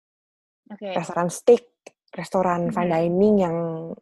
Okay. Restoran steak, restoran Mm-hmm. fine dining yang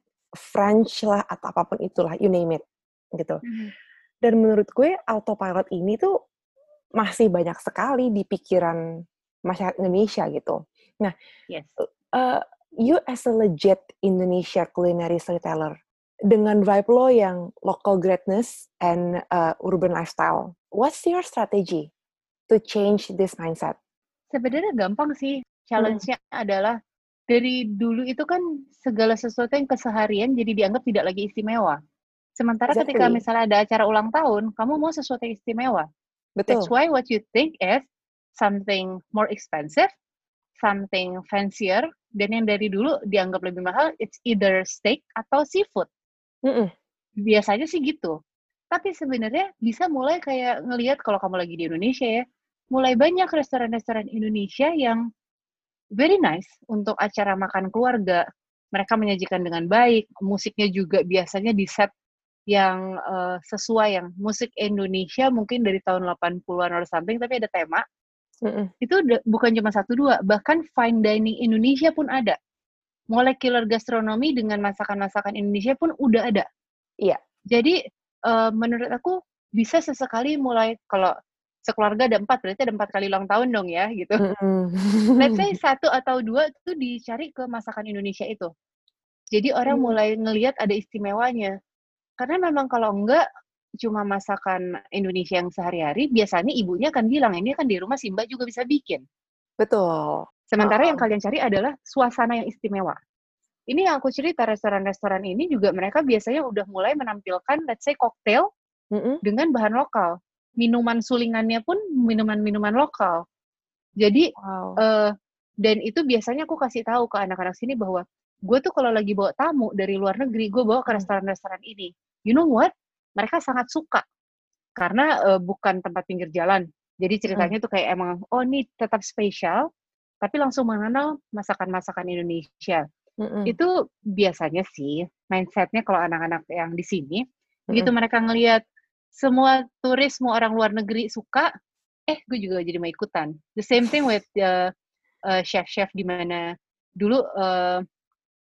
French lah, atau apapun itulah, you name it. Gitu. Mm-hmm. Dan menurut gue, autopilot ini tuh masih banyak sekali di pikiran masyarakat Indonesia gitu. Nah, Yes. Uh, you as a legit Indonesia culinary storyteller, dengan vibe lo yang local greatness and uh, urban lifestyle, what's your strategy to change this mindset? Sebenarnya gampang sih. Challenge-nya hmm. adalah dari dulu itu kan segala sesuatu yang keseharian jadi dianggap tidak lagi istimewa. Sementara exactly. Ketika misalnya ada acara ulang tahun, kamu mau sesuatu yang istimewa. Betul. That's why what you think is something more expensive, something fancier, dan yang dari dulu dianggap lebih mahal, it's either steak atau seafood. Mm-mm. Biasanya sih gitu. Tapi sebenarnya bisa mulai kayak ngelihat kalau kamu lagi di Indonesia ya, mulai banyak restoran-restoran Indonesia yang very nice untuk acara makan keluarga. Mereka menyajikan dengan baik, musiknya juga biasanya di set yang uh, sesuai, yang musik Indonesia mungkin dari tahun delapan puluhan or something, tapi ada tema. Mm-mm. Itu bukan cuma satu dua, bahkan fine dining Indonesia pun ada. Molecular gastronomy dengan masakan-masakan Indonesia pun udah ada. Iya. Jadi uh, menurut aku bisa sesekali mulai, kalau sekeluarga ada empat, berarti ada empat kali ulang tahun dong ya, gitu. Mm-hmm. Let's say satu atau dua itu dicari ke masakan Indonesia itu. Jadi orang mm. mulai ngelihat ada istimewanya. Karena memang kalau enggak, cuma masakan Indonesia yang sehari-hari, biasanya ibunya kan bilang, ini kan di rumah si Mbak juga bisa bikin. Betul. Sementara uh-uh. yang kalian cari adalah suasana yang istimewa. Ini yang aku cerita, restoran-restoran ini juga mereka biasanya udah mulai menampilkan, let's say, koktail mm-hmm. dengan bahan lokal. Minuman sulingannya pun minuman-minuman lokal. Jadi, wow. uh, dan itu biasanya aku kasih tahu ke anak-anak sini bahwa gue tuh kalau lagi bawa tamu dari luar negeri, gue bawa ke restoran-restoran ini. You know what? Mereka sangat suka. Karena uh, bukan tempat pinggir jalan. Jadi ceritanya mm. tuh kayak emang, oh ini tetap spesial, tapi langsung mengenal masakan-masakan Indonesia. Mm-mm. Itu biasanya sih, mindset-nya kalau anak-anak yang di sini, mm-mm. begitu mereka ngelihat semua turis, semua orang luar negeri suka, eh gue juga jadi mau ikutan. The same thing with uh, uh, chef-chef di mana dulu uh,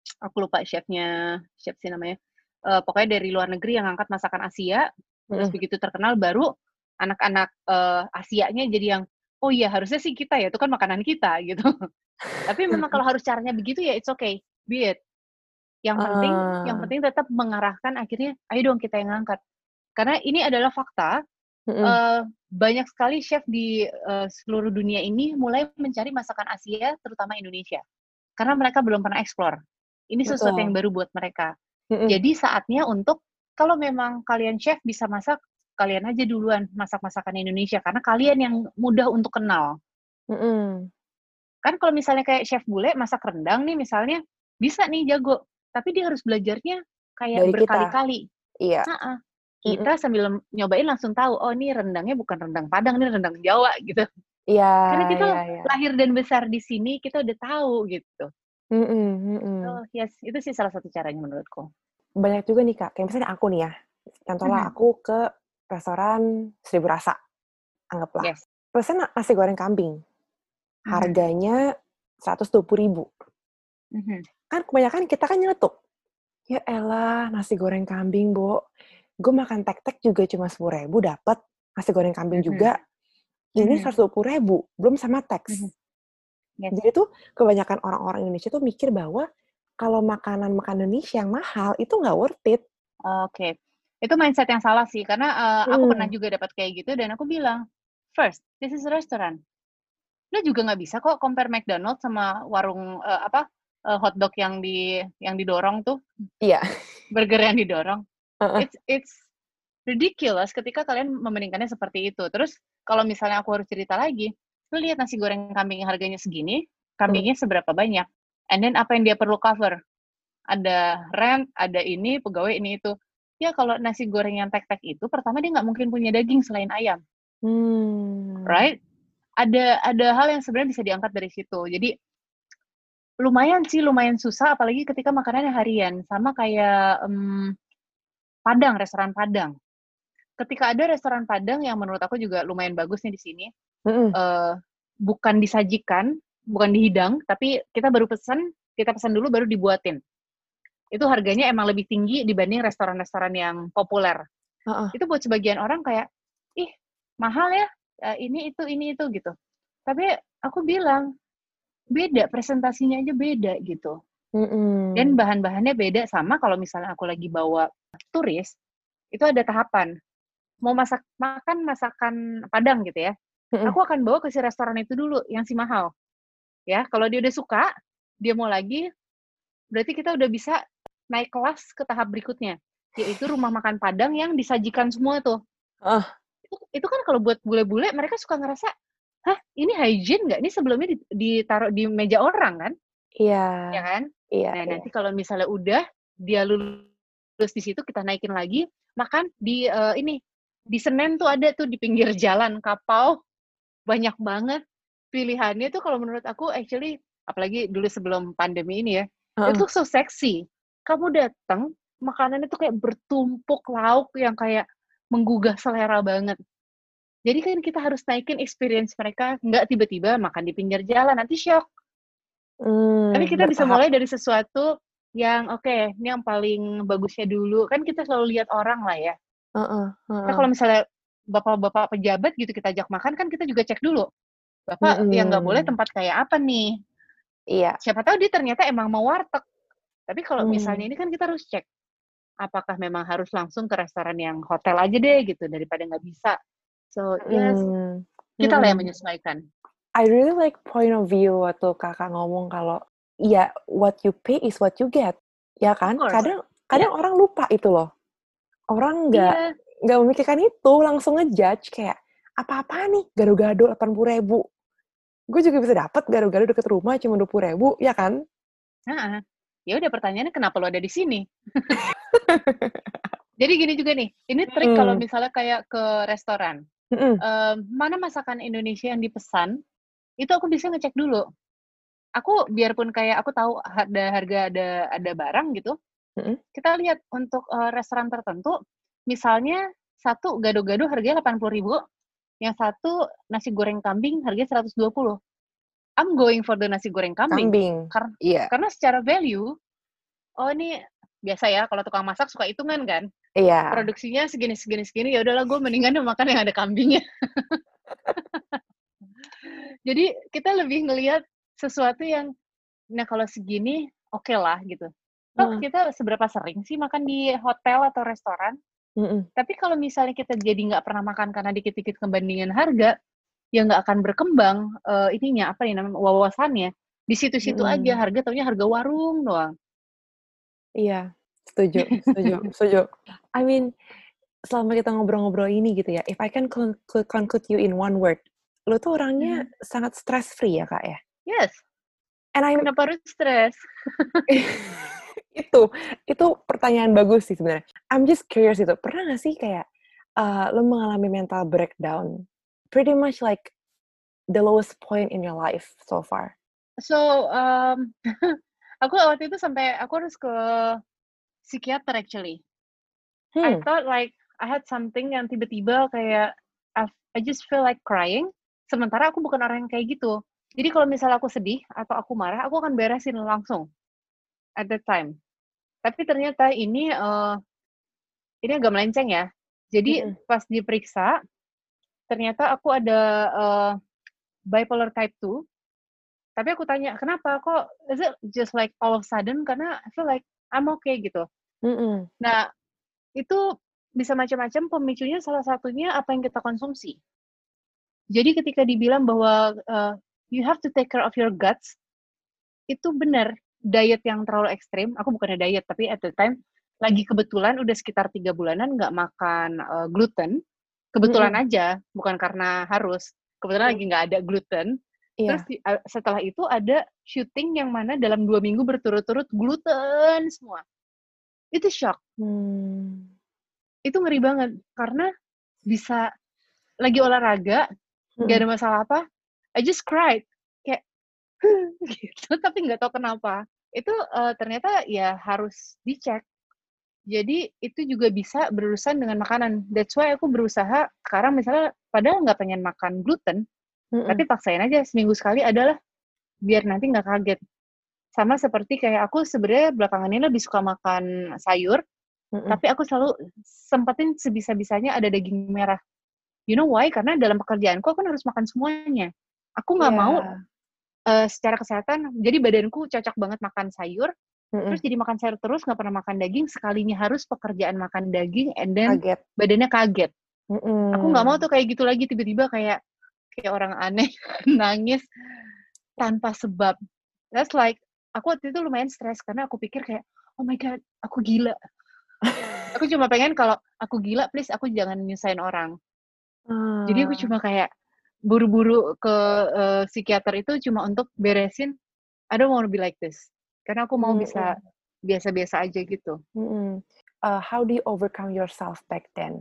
aku lupa chefnya, chef sih namanya. Uh, pokoknya dari luar negeri yang ngangkat masakan Asia, terus Mm-mm. begitu terkenal baru anak-anak uh, Asianya jadi yang, oh iya harusnya sih kita ya, itu kan makanan kita gitu. Tapi memang kalau harus caranya begitu ya it's okay, be it. Yang penting, yang Ah, penting tetap mengarahkan akhirnya, ayo dong kita yang ngangkat. Karena ini adalah fakta, mm-mm. uh, banyak sekali chef di uh, seluruh dunia ini mulai mencari masakan Asia, terutama Indonesia. Karena mereka belum pernah explore. Ini sesuatu yang Betul. baru buat mereka. Mm-mm. Jadi saatnya untuk, kalau memang kalian chef bisa masak, kalian aja duluan masak masakan Indonesia. Karena kalian yang mudah untuk kenal. Mm-mm. Kan kalau misalnya kayak chef bule masak rendang nih misalnya, bisa nih jago. Tapi dia harus belajarnya kayak Dari kita, berkali-kali. iya. Nah, Mm-mm. kita sambil nyobain langsung tahu, oh ini rendangnya bukan rendang Padang, ini rendang Jawa gitu. Iya, Karena kita iya, iya. lahir dan besar di sini, kita udah tahu gitu. Mm-mm, mm-mm. Oh yes, itu sih salah satu caranya menurutku. Banyak juga nih Kak, kayak misalnya aku nih ya, contohlah Mhm. aku ke restoran Seribu Rasa, anggaplah. Yes. Pesen nasi goreng kambing, Mhm. harganya seratus dua puluh ribu. Mhm. Kan kebanyakan kita kan nyeletuk. Ya elah, nasi goreng kambing, Bo. Gue makan tek-tek juga cuma sepuluh ribu dapet. Nasi goreng kambing Mhm. juga. Ini Mhm. seratus dua puluh ribu, belum sama Mhm. teks. Yes. Jadi tuh kebanyakan orang-orang Indonesia tuh mikir bahwa kalau makanan-makanan Indonesia yang mahal, itu nggak worth it. Oke. Itu mindset yang salah sih, karena uh, aku pernah Hmm, juga dapat kayak gitu, dan aku bilang, first, this is a restaurant. Lo juga nggak bisa kok compare McDonald's sama warung uh, apa uh, hotdog yang di yang didorong tuh, iya. burger yang didorong. Heeh. It's it's ridiculous ketika kalian membandingkannya seperti itu. Terus kalau misalnya aku harus cerita lagi, lo lihat nasi goreng kambing yang harganya segini, Mm, kambingnya seberapa banyak, and then apa yang dia perlu cover? Ada rent, ada ini, pegawai ini itu. Ya kalau nasi goreng yang tek-tek itu, pertama dia nggak mungkin punya daging selain ayam, hmm, right? Ada ada hal yang sebenarnya bisa diangkat dari situ. Jadi lumayan sih, lumayan susah, apalagi ketika makanannya harian. Sama kayak um, Padang, restoran Padang. Ketika ada restoran Padang yang menurut aku juga lumayan bagus nih di sini, mm-mm, uh, bukan disajikan, bukan dihidang, tapi kita baru pesan, kita pesan dulu baru dibuatin. Itu harganya emang lebih tinggi dibanding restoran-restoran yang populer. heeh, Itu buat sebagian orang kayak, ih mahal ya, uh, ini itu ini itu gitu. Tapi aku bilang beda, presentasinya aja beda gitu. Dan mm-mm, bahan-bahannya beda, sama kalau misalnya aku lagi bawa turis, itu ada tahapan. Mau masak makan masakan Padang gitu ya, mm-mm. aku akan bawa ke si restoran itu dulu yang si mahal. Ya, kalau dia udah suka, dia mau lagi, berarti kita udah bisa naik kelas ke tahap berikutnya, yaitu rumah makan Padang yang disajikan semua tuh. Ah, Itu, itu kan kalau buat bule-bule, mereka suka ngerasa, hah ini hygiene nggak? Ini sebelumnya ditaruh di meja orang kan? iya, Ya kan? iya, Nah, iya. nanti kalau misalnya udah, dia lulus di situ, kita naikin lagi, makan di uh, ini, di Senen tuh ada tuh di pinggir jalan, kapau, banyak banget pilihannya tuh. Kalau menurut aku actually, apalagi dulu sebelum pandemi ini ya, Heeh. itu so seksi. Kamu datang, makanannya tuh kayak bertumpuk lauk yang kayak menggugah selera banget. Jadi kan kita harus naikin experience mereka, nggak tiba-tiba makan di pinggir jalan, nanti shock. Tapi Hmm, kita bisa bertahap. mulai dari sesuatu yang, oke, okay, ini yang paling bagusnya dulu. Kan kita selalu lihat orang lah ya. Heeh, Kita heeh. kalau misalnya bapak-bapak pejabat gitu kita ajak makan, kan kita juga cek dulu. Bapak yang nggak boleh Mm-mm. tempat kayak apa nih? Iya. Siapa tahu dia ternyata emang mau warteg. Tapi kalau misalnya Hmm. ini kan kita harus cek, apakah memang harus langsung ke restoran yang hotel aja deh gitu, daripada nggak bisa. So, yes, Mm-mm. kita lah yang Mm-mm. menyesuaikan. I really like point of view waktu kakak ngomong kalau ya what you pay is what you get, ya Of kan? course. Kadang Ya, kadang orang lupa itu loh. Orang nggak iya. nggak memikirkan itu, langsung ngejudge kayak apa-apa nih gado-gado delapan puluh ribu. Gue juga bisa dapat gado-gado deket rumah cuma dua puluh ribu, ya kan? Nah, ya udah pertanyaannya kenapa lo ada di sini? Jadi gini juga nih, ini trik kalau Hmm. misalnya kayak ke restoran. Mm-mm. Um, mana masakan Indonesia yang dipesan, itu aku bisa ngecek dulu. Aku biarpun kayak aku tahu ada harga, ada ada barang gitu, Mm-mm. kita lihat untuk uh, restoran tertentu, misalnya satu gado-gado harganya delapan puluh ribu, yang satu nasi goreng kambing harganya seratus dua puluh. I'm going for the nasi goreng kambing. Kambing, Kar- iya. karena secara value, oh ini biasa ya kalau tukang masak suka hitungan kan. Iya. Produksinya segini segini segini, ya udahlah gue mendingan makan yang ada kambingnya. Jadi kita lebih ngelihat sesuatu yang, nah kalau segini oke lah gitu. Toh Heeh. kita seberapa sering sih makan di hotel atau restoran? Mhm. Tapi kalau misalnya kita jadi nggak pernah makan karena dikit-dikit kebandingan harga, ya nggak akan berkembang uh, ininya apa ya namanya wawasannya. Di situ-situ aja Mhm. harga taunya harga warung doang. Iya, setuju setuju setuju. I mean, selama kita ngobrol-ngobrol ini gitu ya, if I can conclude conclude you in one word, lu tuh orangnya Mhm. sangat stress free ya, Kak, ya? Yes, And I'm kenapa harus stres? itu itu pertanyaan bagus sih sebenarnya. I'm just curious gitu, pernah nggak sih kayak, eee, lu mengalami mental breakdown, pretty much like the lowest point in your life so far? So, um, aku waktu itu sampai aku harus ke psikiater actually. I Hmm. thought like I had something yang tiba-tiba kayak I I just feel like crying, sementara aku bukan orang yang kayak gitu. Jadi kalau misalnya aku sedih atau aku marah, aku akan beresin langsung at that time. Tapi ternyata ini, eee, ini agak melenceng ya. Jadi Mhm. pas diperiksa, ternyata aku ada, eee, bipolar type two, tapi aku tanya, "Kenapa? Kok is it just like all of sudden?" Karena I feel like I'm okay gitu. Mhm. Nah, itu bisa macam-macam, pemicunya salah satunya apa yang kita konsumsi. Jadi ketika dibilang bahwa, eee, you have to take care of your guts, itu benar. Diet yang terlalu ekstrim, aku bukannya diet, tapi at the time lagi kebetulan udah sekitar tiga bulanan nggak makan, eee, gluten, kebetulan Mhm. aja, bukan karena harus. Kebetulan Mhm. lagi nggak ada gluten, terus Iya. di eee, setelah itu ada syuting yang mana dalam dua minggu berturut-turut gluten semua. Itu syok, Mmm. itu ngeri banget, karena bisa lagi olahraga, nggak Mhm. ada masalah apa, I just cried, kayak gitu, tapi nggak tahu kenapa. Itu, eee, ternyata ya harus dicek. Jadi itu juga bisa berurusan dengan makanan. That's why aku berusaha sekarang misalnya padahal nggak pengen makan gluten, Mhm. tapi paksain aja seminggu sekali adalah biar nanti nggak kaget. Sama seperti kayak aku sebenarnya belakangan ini lebih suka makan sayur, Mhm. tapi aku selalu sempetin sebisa-bisanya ada daging merah. You know why? Karena dalam pekerjaanku aku kan harus makan semuanya. Aku nggak Iya. mau, eee, secara kesehatan jadi badanku cocok banget makan sayur, terus Mhm. jadi makan sayur terus nggak pernah makan daging, sekalinya harus pekerjaan makan daging and then Kaget. badannya kaget. Aku nggak mau tuh Mhm. kayak gitu lagi tiba-tiba kayak kayak orang aneh nangis tanpa sebab. That's like aku waktu itu lumayan stres karena aku pikir kayak, "Oh my God, aku gila." Aku cuma pengen kalau aku gila please aku jangan nyusahin orang. Jadi aku Ah. cuma kayak buru-buru ke, eee, psikiater itu cuma untuk beresin, I don't wanna be like this. Karena aku mau bisa Mhm. biasa-biasa aja gitu. Mhm. Uh, how do you overcome yourself back then,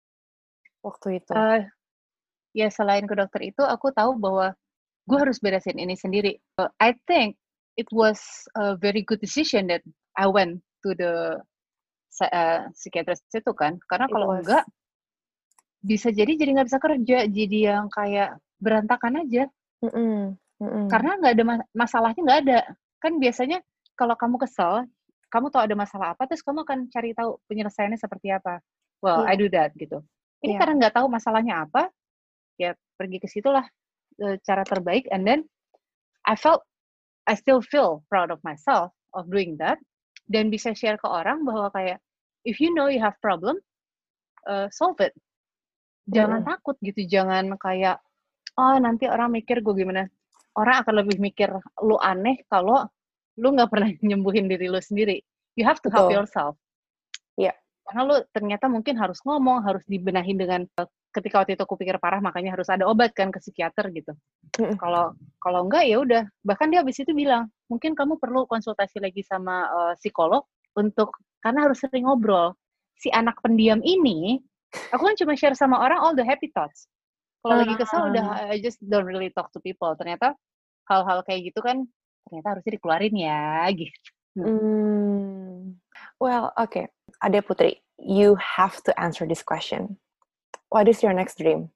waktu itu? Eee, ya selain ke dokter itu aku tahu bahwa gue harus beresin ini sendiri. Eee, I think it was a very good decision that I went to the se eee, psikiatrist itu kan. Karena It kalau was. enggak, bisa jadi jadi nggak bisa kerja, jadi yang kayak berantakan aja. Mhm. Mhm. Karena nggak ada ma masalahnya nggak ada. Kan biasanya kalau kamu kesel, kamu tahu ada masalah apa, terus kamu akan cari tahu penyelesaiannya seperti apa. Well, I Iya. do that gitu. Ini Iya. karena nggak tahu masalahnya apa, ya pergi ke situlah, eee, cara terbaik and then I felt I still feel proud of myself of doing that dan bisa share ke orang bahwa kayak, if you know you have problem, eee, solve it. Jangan Mhm. takut gitu, jangan kayak, "Oh, nanti orang mikir gue gimana." Orang akan lebih mikir lu aneh kalau lu nggak pernah nyembuhin diri lu sendiri. You have to help Betul. yourself. Iya. Karena lu ternyata mungkin harus ngomong, harus dibenahin dengan eee, ketika waktu itu aku pikir parah makanya harus ada obat kan ke psikiater gitu. Mhm. Kalau kalau enggak ya udah, bahkan dia habis itu bilang, "Mungkin kamu perlu konsultasi lagi sama, eee, psikolog untuk karena harus sering ngobrol." Si anak pendiam ini, aku kan cuma share sama orang all the happy thoughts. Kalau lagi kesel Ah. udah I just don't really talk to people. Ternyata hal-hal kayak gitu kan ternyata harusnya dikeluarin ya gitu. Mmm. Well, okay, Ade Putri, you have to answer this question. What is your next dream?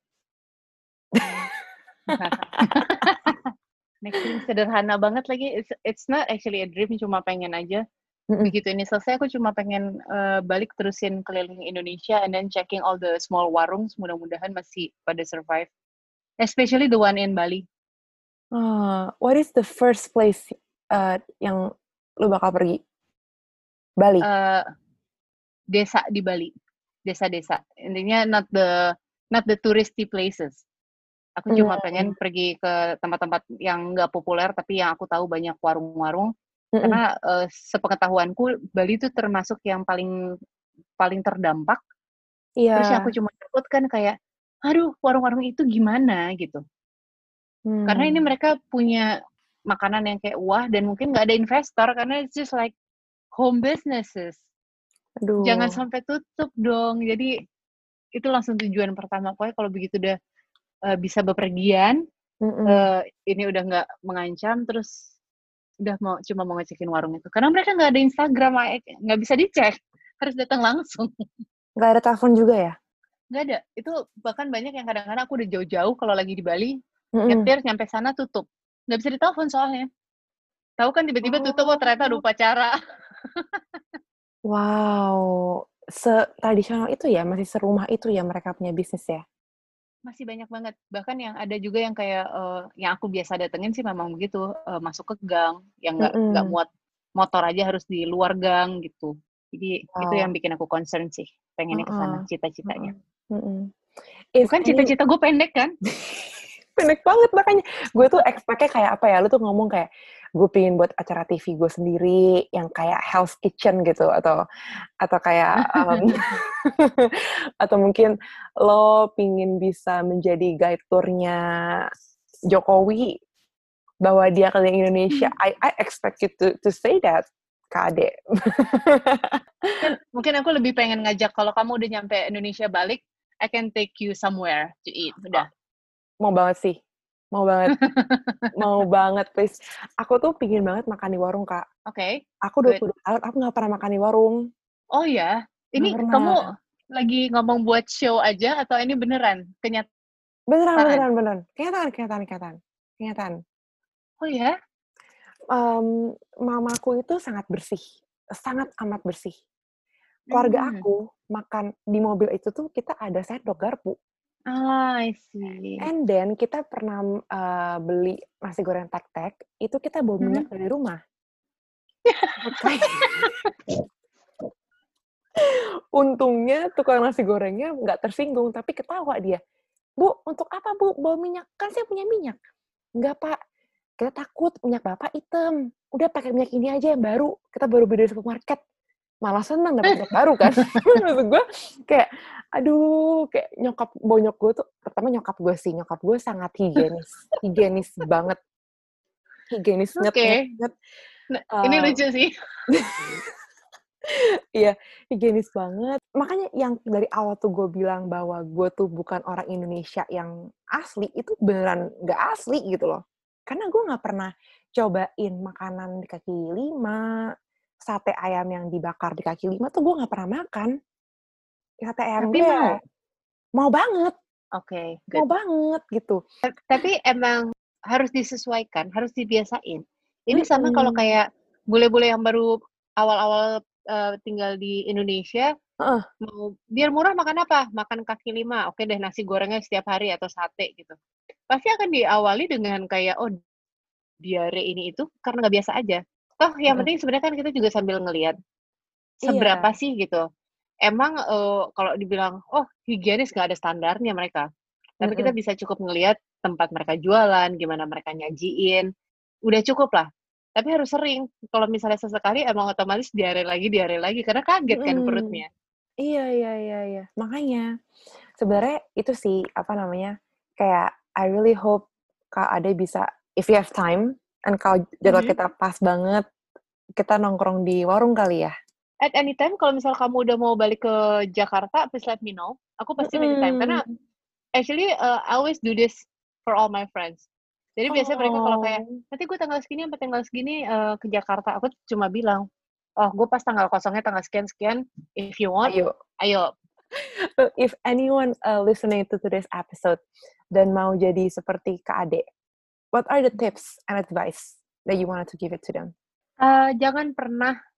Next dream sederhana banget lagi, it's it's not actually a dream, cuma pengen aja Mm-mm. begitu ini selesai aku cuma pengen uh, balik terusin keliling Indonesia and then checking all the small warungs, mudah-mudahan masih pada survive, especially the one in Bali. Uh, what is the first place uh, yang lu bakal pergi? Bali. Uh, desa di Bali, desa-desa. Intinya not the not the touristy places. Aku cuma Mm. pengen pergi ke tempat-tempat yang nggak populer tapi yang aku tahu banyak warung-warung. Mm-mm. Karena uh, sepengetahuanku Bali itu termasuk yang paling paling terdampak. Iya. Terus yang aku cuma takut kan kayak, aduh warung-warung itu gimana gitu. Hmm. Karena ini mereka punya makanan yang kayak wah dan mungkin nggak ada investor karena it's just like home businesses. Aduh. Jangan sampai tutup dong. Jadi itu langsung tujuan pertama. Pokoknya kalau begitu udah uh, bisa bepergian, uh, ini udah nggak mengancam, terus udah mau cuma mau ngecekin warung itu. Karena mereka nggak ada Instagram, nggak bisa dicek, harus datang langsung. Nggak ada telepon juga ya? Nggak ada. Itu bahkan banyak yang kadang-kadang aku udah jauh-jauh kalau lagi di Bali, Mm-mm. nyetir nyampe sana tutup. Nggak bisa ditelepon soalnya. Tahu kan tiba-tiba Oh. tutup, oh ternyata ada upacara. Wow, se-tradisional itu ya, masih serumah itu ya mereka punya bisnis ya? Masih banyak banget. Bahkan yang ada juga yang kayak, uh, yang aku biasa datengin sih memang begitu, uh, masuk ke gang, yang nggak nggak Mm-mm. muat motor aja harus di luar gang gitu. Jadi Wow. itu yang bikin aku concern sih, pengennya ke sana, Uh-uh. cita-citanya. Uh-uh. If Bukan any... cita-cita gue pendek kan? Pendek banget makanya. Gue tuh expect-nya kayak apa ya, lu tuh ngomong kayak, gue pengen buat acara T V gue sendiri, yang kayak Hell's Kitchen gitu, atau atau kayak, um, atau mungkin lo pingin bisa menjadi guide tour-nya Jokowi, bahwa dia keliling Indonesia. I, I expect you to, to say that, Kak Ade. Mungkin, mungkin aku lebih pengen ngajak, kalau kamu udah nyampe Indonesia balik, I can take you somewhere to eat. Udah. Mau banget sih. Mau banget. Mau banget, please. Aku tuh pingin banget makan di warung, Kak. Oke. Okay, aku dua puluh dua tahun, aku gak pernah makan di warung. Oh ya? Ini kamu lagi ngomong buat show aja, atau ini beneran? Kenyataan? Beneran, beneran, beneran. Kenyataan, kenyataan, kenyataan. Kenyataan. Oh ya? Um, mamaku itu sangat bersih. Sangat amat bersih. Keluarga Hmm. aku makan di mobil itu tuh, kita ada sendok garpu. Ah, I see. And then kita pernah uh, beli nasi goreng tek-tek, itu kita bawa minyak hmm. dari rumah. Untungnya tukang nasi gorengnya nggak tersinggung, tapi ketawa dia. Bu, untuk apa Bu bawa minyak? Kan saya punya minyak. Enggak Pak, kita takut minyak Bapak hitam. Udah pakai minyak ini aja yang baru. Kita baru beli dari supermarket. Malah senang dapat minyak baru kan. Maksud gue kayak, aduh, kayak nyokap, bonyok gue tuh, pertama nyokap gue sih, nyokap gue sangat higienis. Higienis banget. Higienis Oke. Okay. Nah, uh, ini lucu sih. Iya, higienis banget. Makanya yang dari awal tuh gue bilang bahwa gue tuh bukan orang Indonesia yang asli, itu beneran gak asli gitu loh. Karena gue gak pernah cobain makanan di kaki lima, sate ayam yang dibakar di kaki lima tuh gue gak pernah makan. Sate ayam tapi gue mau? Ya, mau banget. Oke, okay, mau banget gitu. Tapi emang harus disesuaikan, harus dibiasain. Ini mm-hmm. sama kalau kayak bule-bule yang baru awal-awal uh, tinggal di Indonesia, uh. mau biar murah makan apa? Makan kaki lima, oke deh nasi gorengnya setiap hari atau sate gitu. Pasti akan diawali dengan kayak, oh diare ini itu karena nggak biasa aja. Toh yang uh. penting sebenarnya kan kita juga sambil ngelihat seberapa iya. sih gitu. Emang uh, kalau dibilang, oh higienis nggak ada standarnya mereka. Tapi kita bisa cukup ngelihat tempat mereka jualan, gimana mereka nyajiin, udah cukup lah. Tapi harus sering. Kalau misalnya sesekali emang otomatis diare lagi, diare lagi, karena kaget kan mm. perutnya. Iya, iya, iya, iya. Makanya, sebenarnya itu sih, apa namanya, kayak I really hope Kak Ade bisa, if you have time, and kalau jadwal mm-hmm. kita pas banget, kita nongkrong di warung kali ya. At any time, kalau misal kamu udah mau balik ke Jakarta, please let me know. Aku pasti mm-hmm. make time, karena actually, uh, I always do this for all my friends. Jadi oh. biasanya mereka kalau kayak, nanti gue tanggal segini sampai tanggal segini uh, ke Jakarta, aku cuma bilang, oh gue pas tanggal kosongnya tanggal sekian-sekian, if you want, ayo. ayo. If anyone uh, listening to today's episode dan mau jadi seperti Kak Ade, what are the tips and advice that you wanted to give it to them? Uh, jangan pernah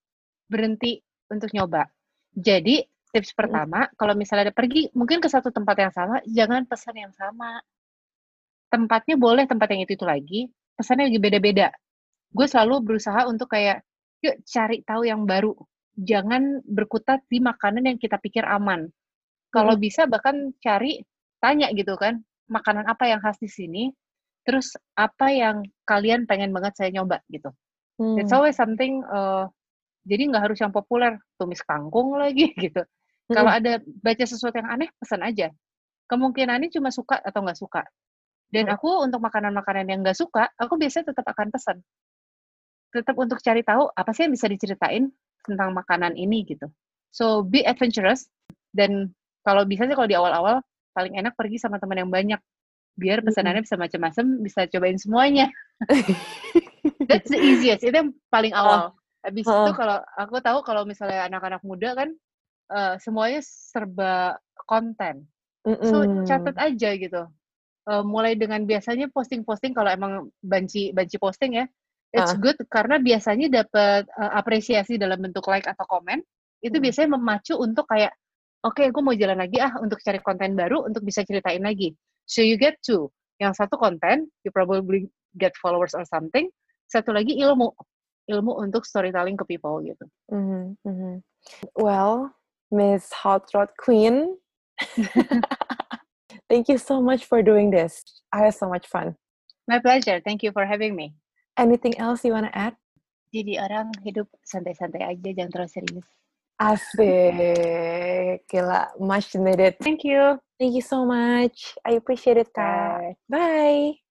berhenti untuk nyoba. Jadi tips pertama, kalau misalnya ada pergi mungkin ke satu tempat yang sama, jangan pesan yang sama. Tempatnya boleh tempat yang itu-itu lagi, pesannya lagi beda-beda. Gue selalu berusaha untuk kayak, yuk cari tahu yang baru. Jangan berkutat di makanan yang kita pikir aman. Kalau bisa bahkan cari, tanya gitu kan, makanan apa yang khas di sini, terus apa yang kalian pengen banget saya nyoba gitu. Hmm. It's always something, uh, jadi nggak harus yang populer, tumis kangkung lagi gitu. Kalau ada baca sesuatu yang aneh, pesan aja. Kemungkinannya cuma suka atau nggak suka. Dan aku untuk makanan-makanan yang nggak suka, aku biasanya tetap akan pesan. Tetap untuk cari tahu apa sih yang bisa diceritain tentang makanan ini gitu. So be adventurous, dan kalau bisa sih kalau di awal-awal paling enak pergi sama teman yang banyak, biar pesanannya bisa macam-macam, bisa cobain semuanya. That's the easiest, itu yang paling awal. Habis itu kalau aku tahu kalau misalnya anak-anak muda kan uh, semuanya serba konten, so catat aja gitu. Uh, mulai dengan biasanya posting-posting, kalau emang banci banci posting ya, it's uh. good karena biasanya dapat uh, apresiasi dalam bentuk like atau komen, itu hmm. biasanya memacu untuk kayak, oke, okay, gue mau jalan lagi ah untuk cari konten baru untuk bisa ceritain lagi. So you get two, yang satu konten, you probably get followers or something, satu lagi ilmu, ilmu untuk storytelling ke people gitu. Mm-hmm, mm-hmm. Well, Miss Hot Rod Queen, thank you so much for doing this. I had so much fun. My pleasure. Thank you for having me. Anything else you want to add? Jadi orang hidup santai-santai aja, jangan terlalu serius. Asik. Gila, much needed. Thank you. Thank you so much. I appreciate it, Kak. Bye. Bye.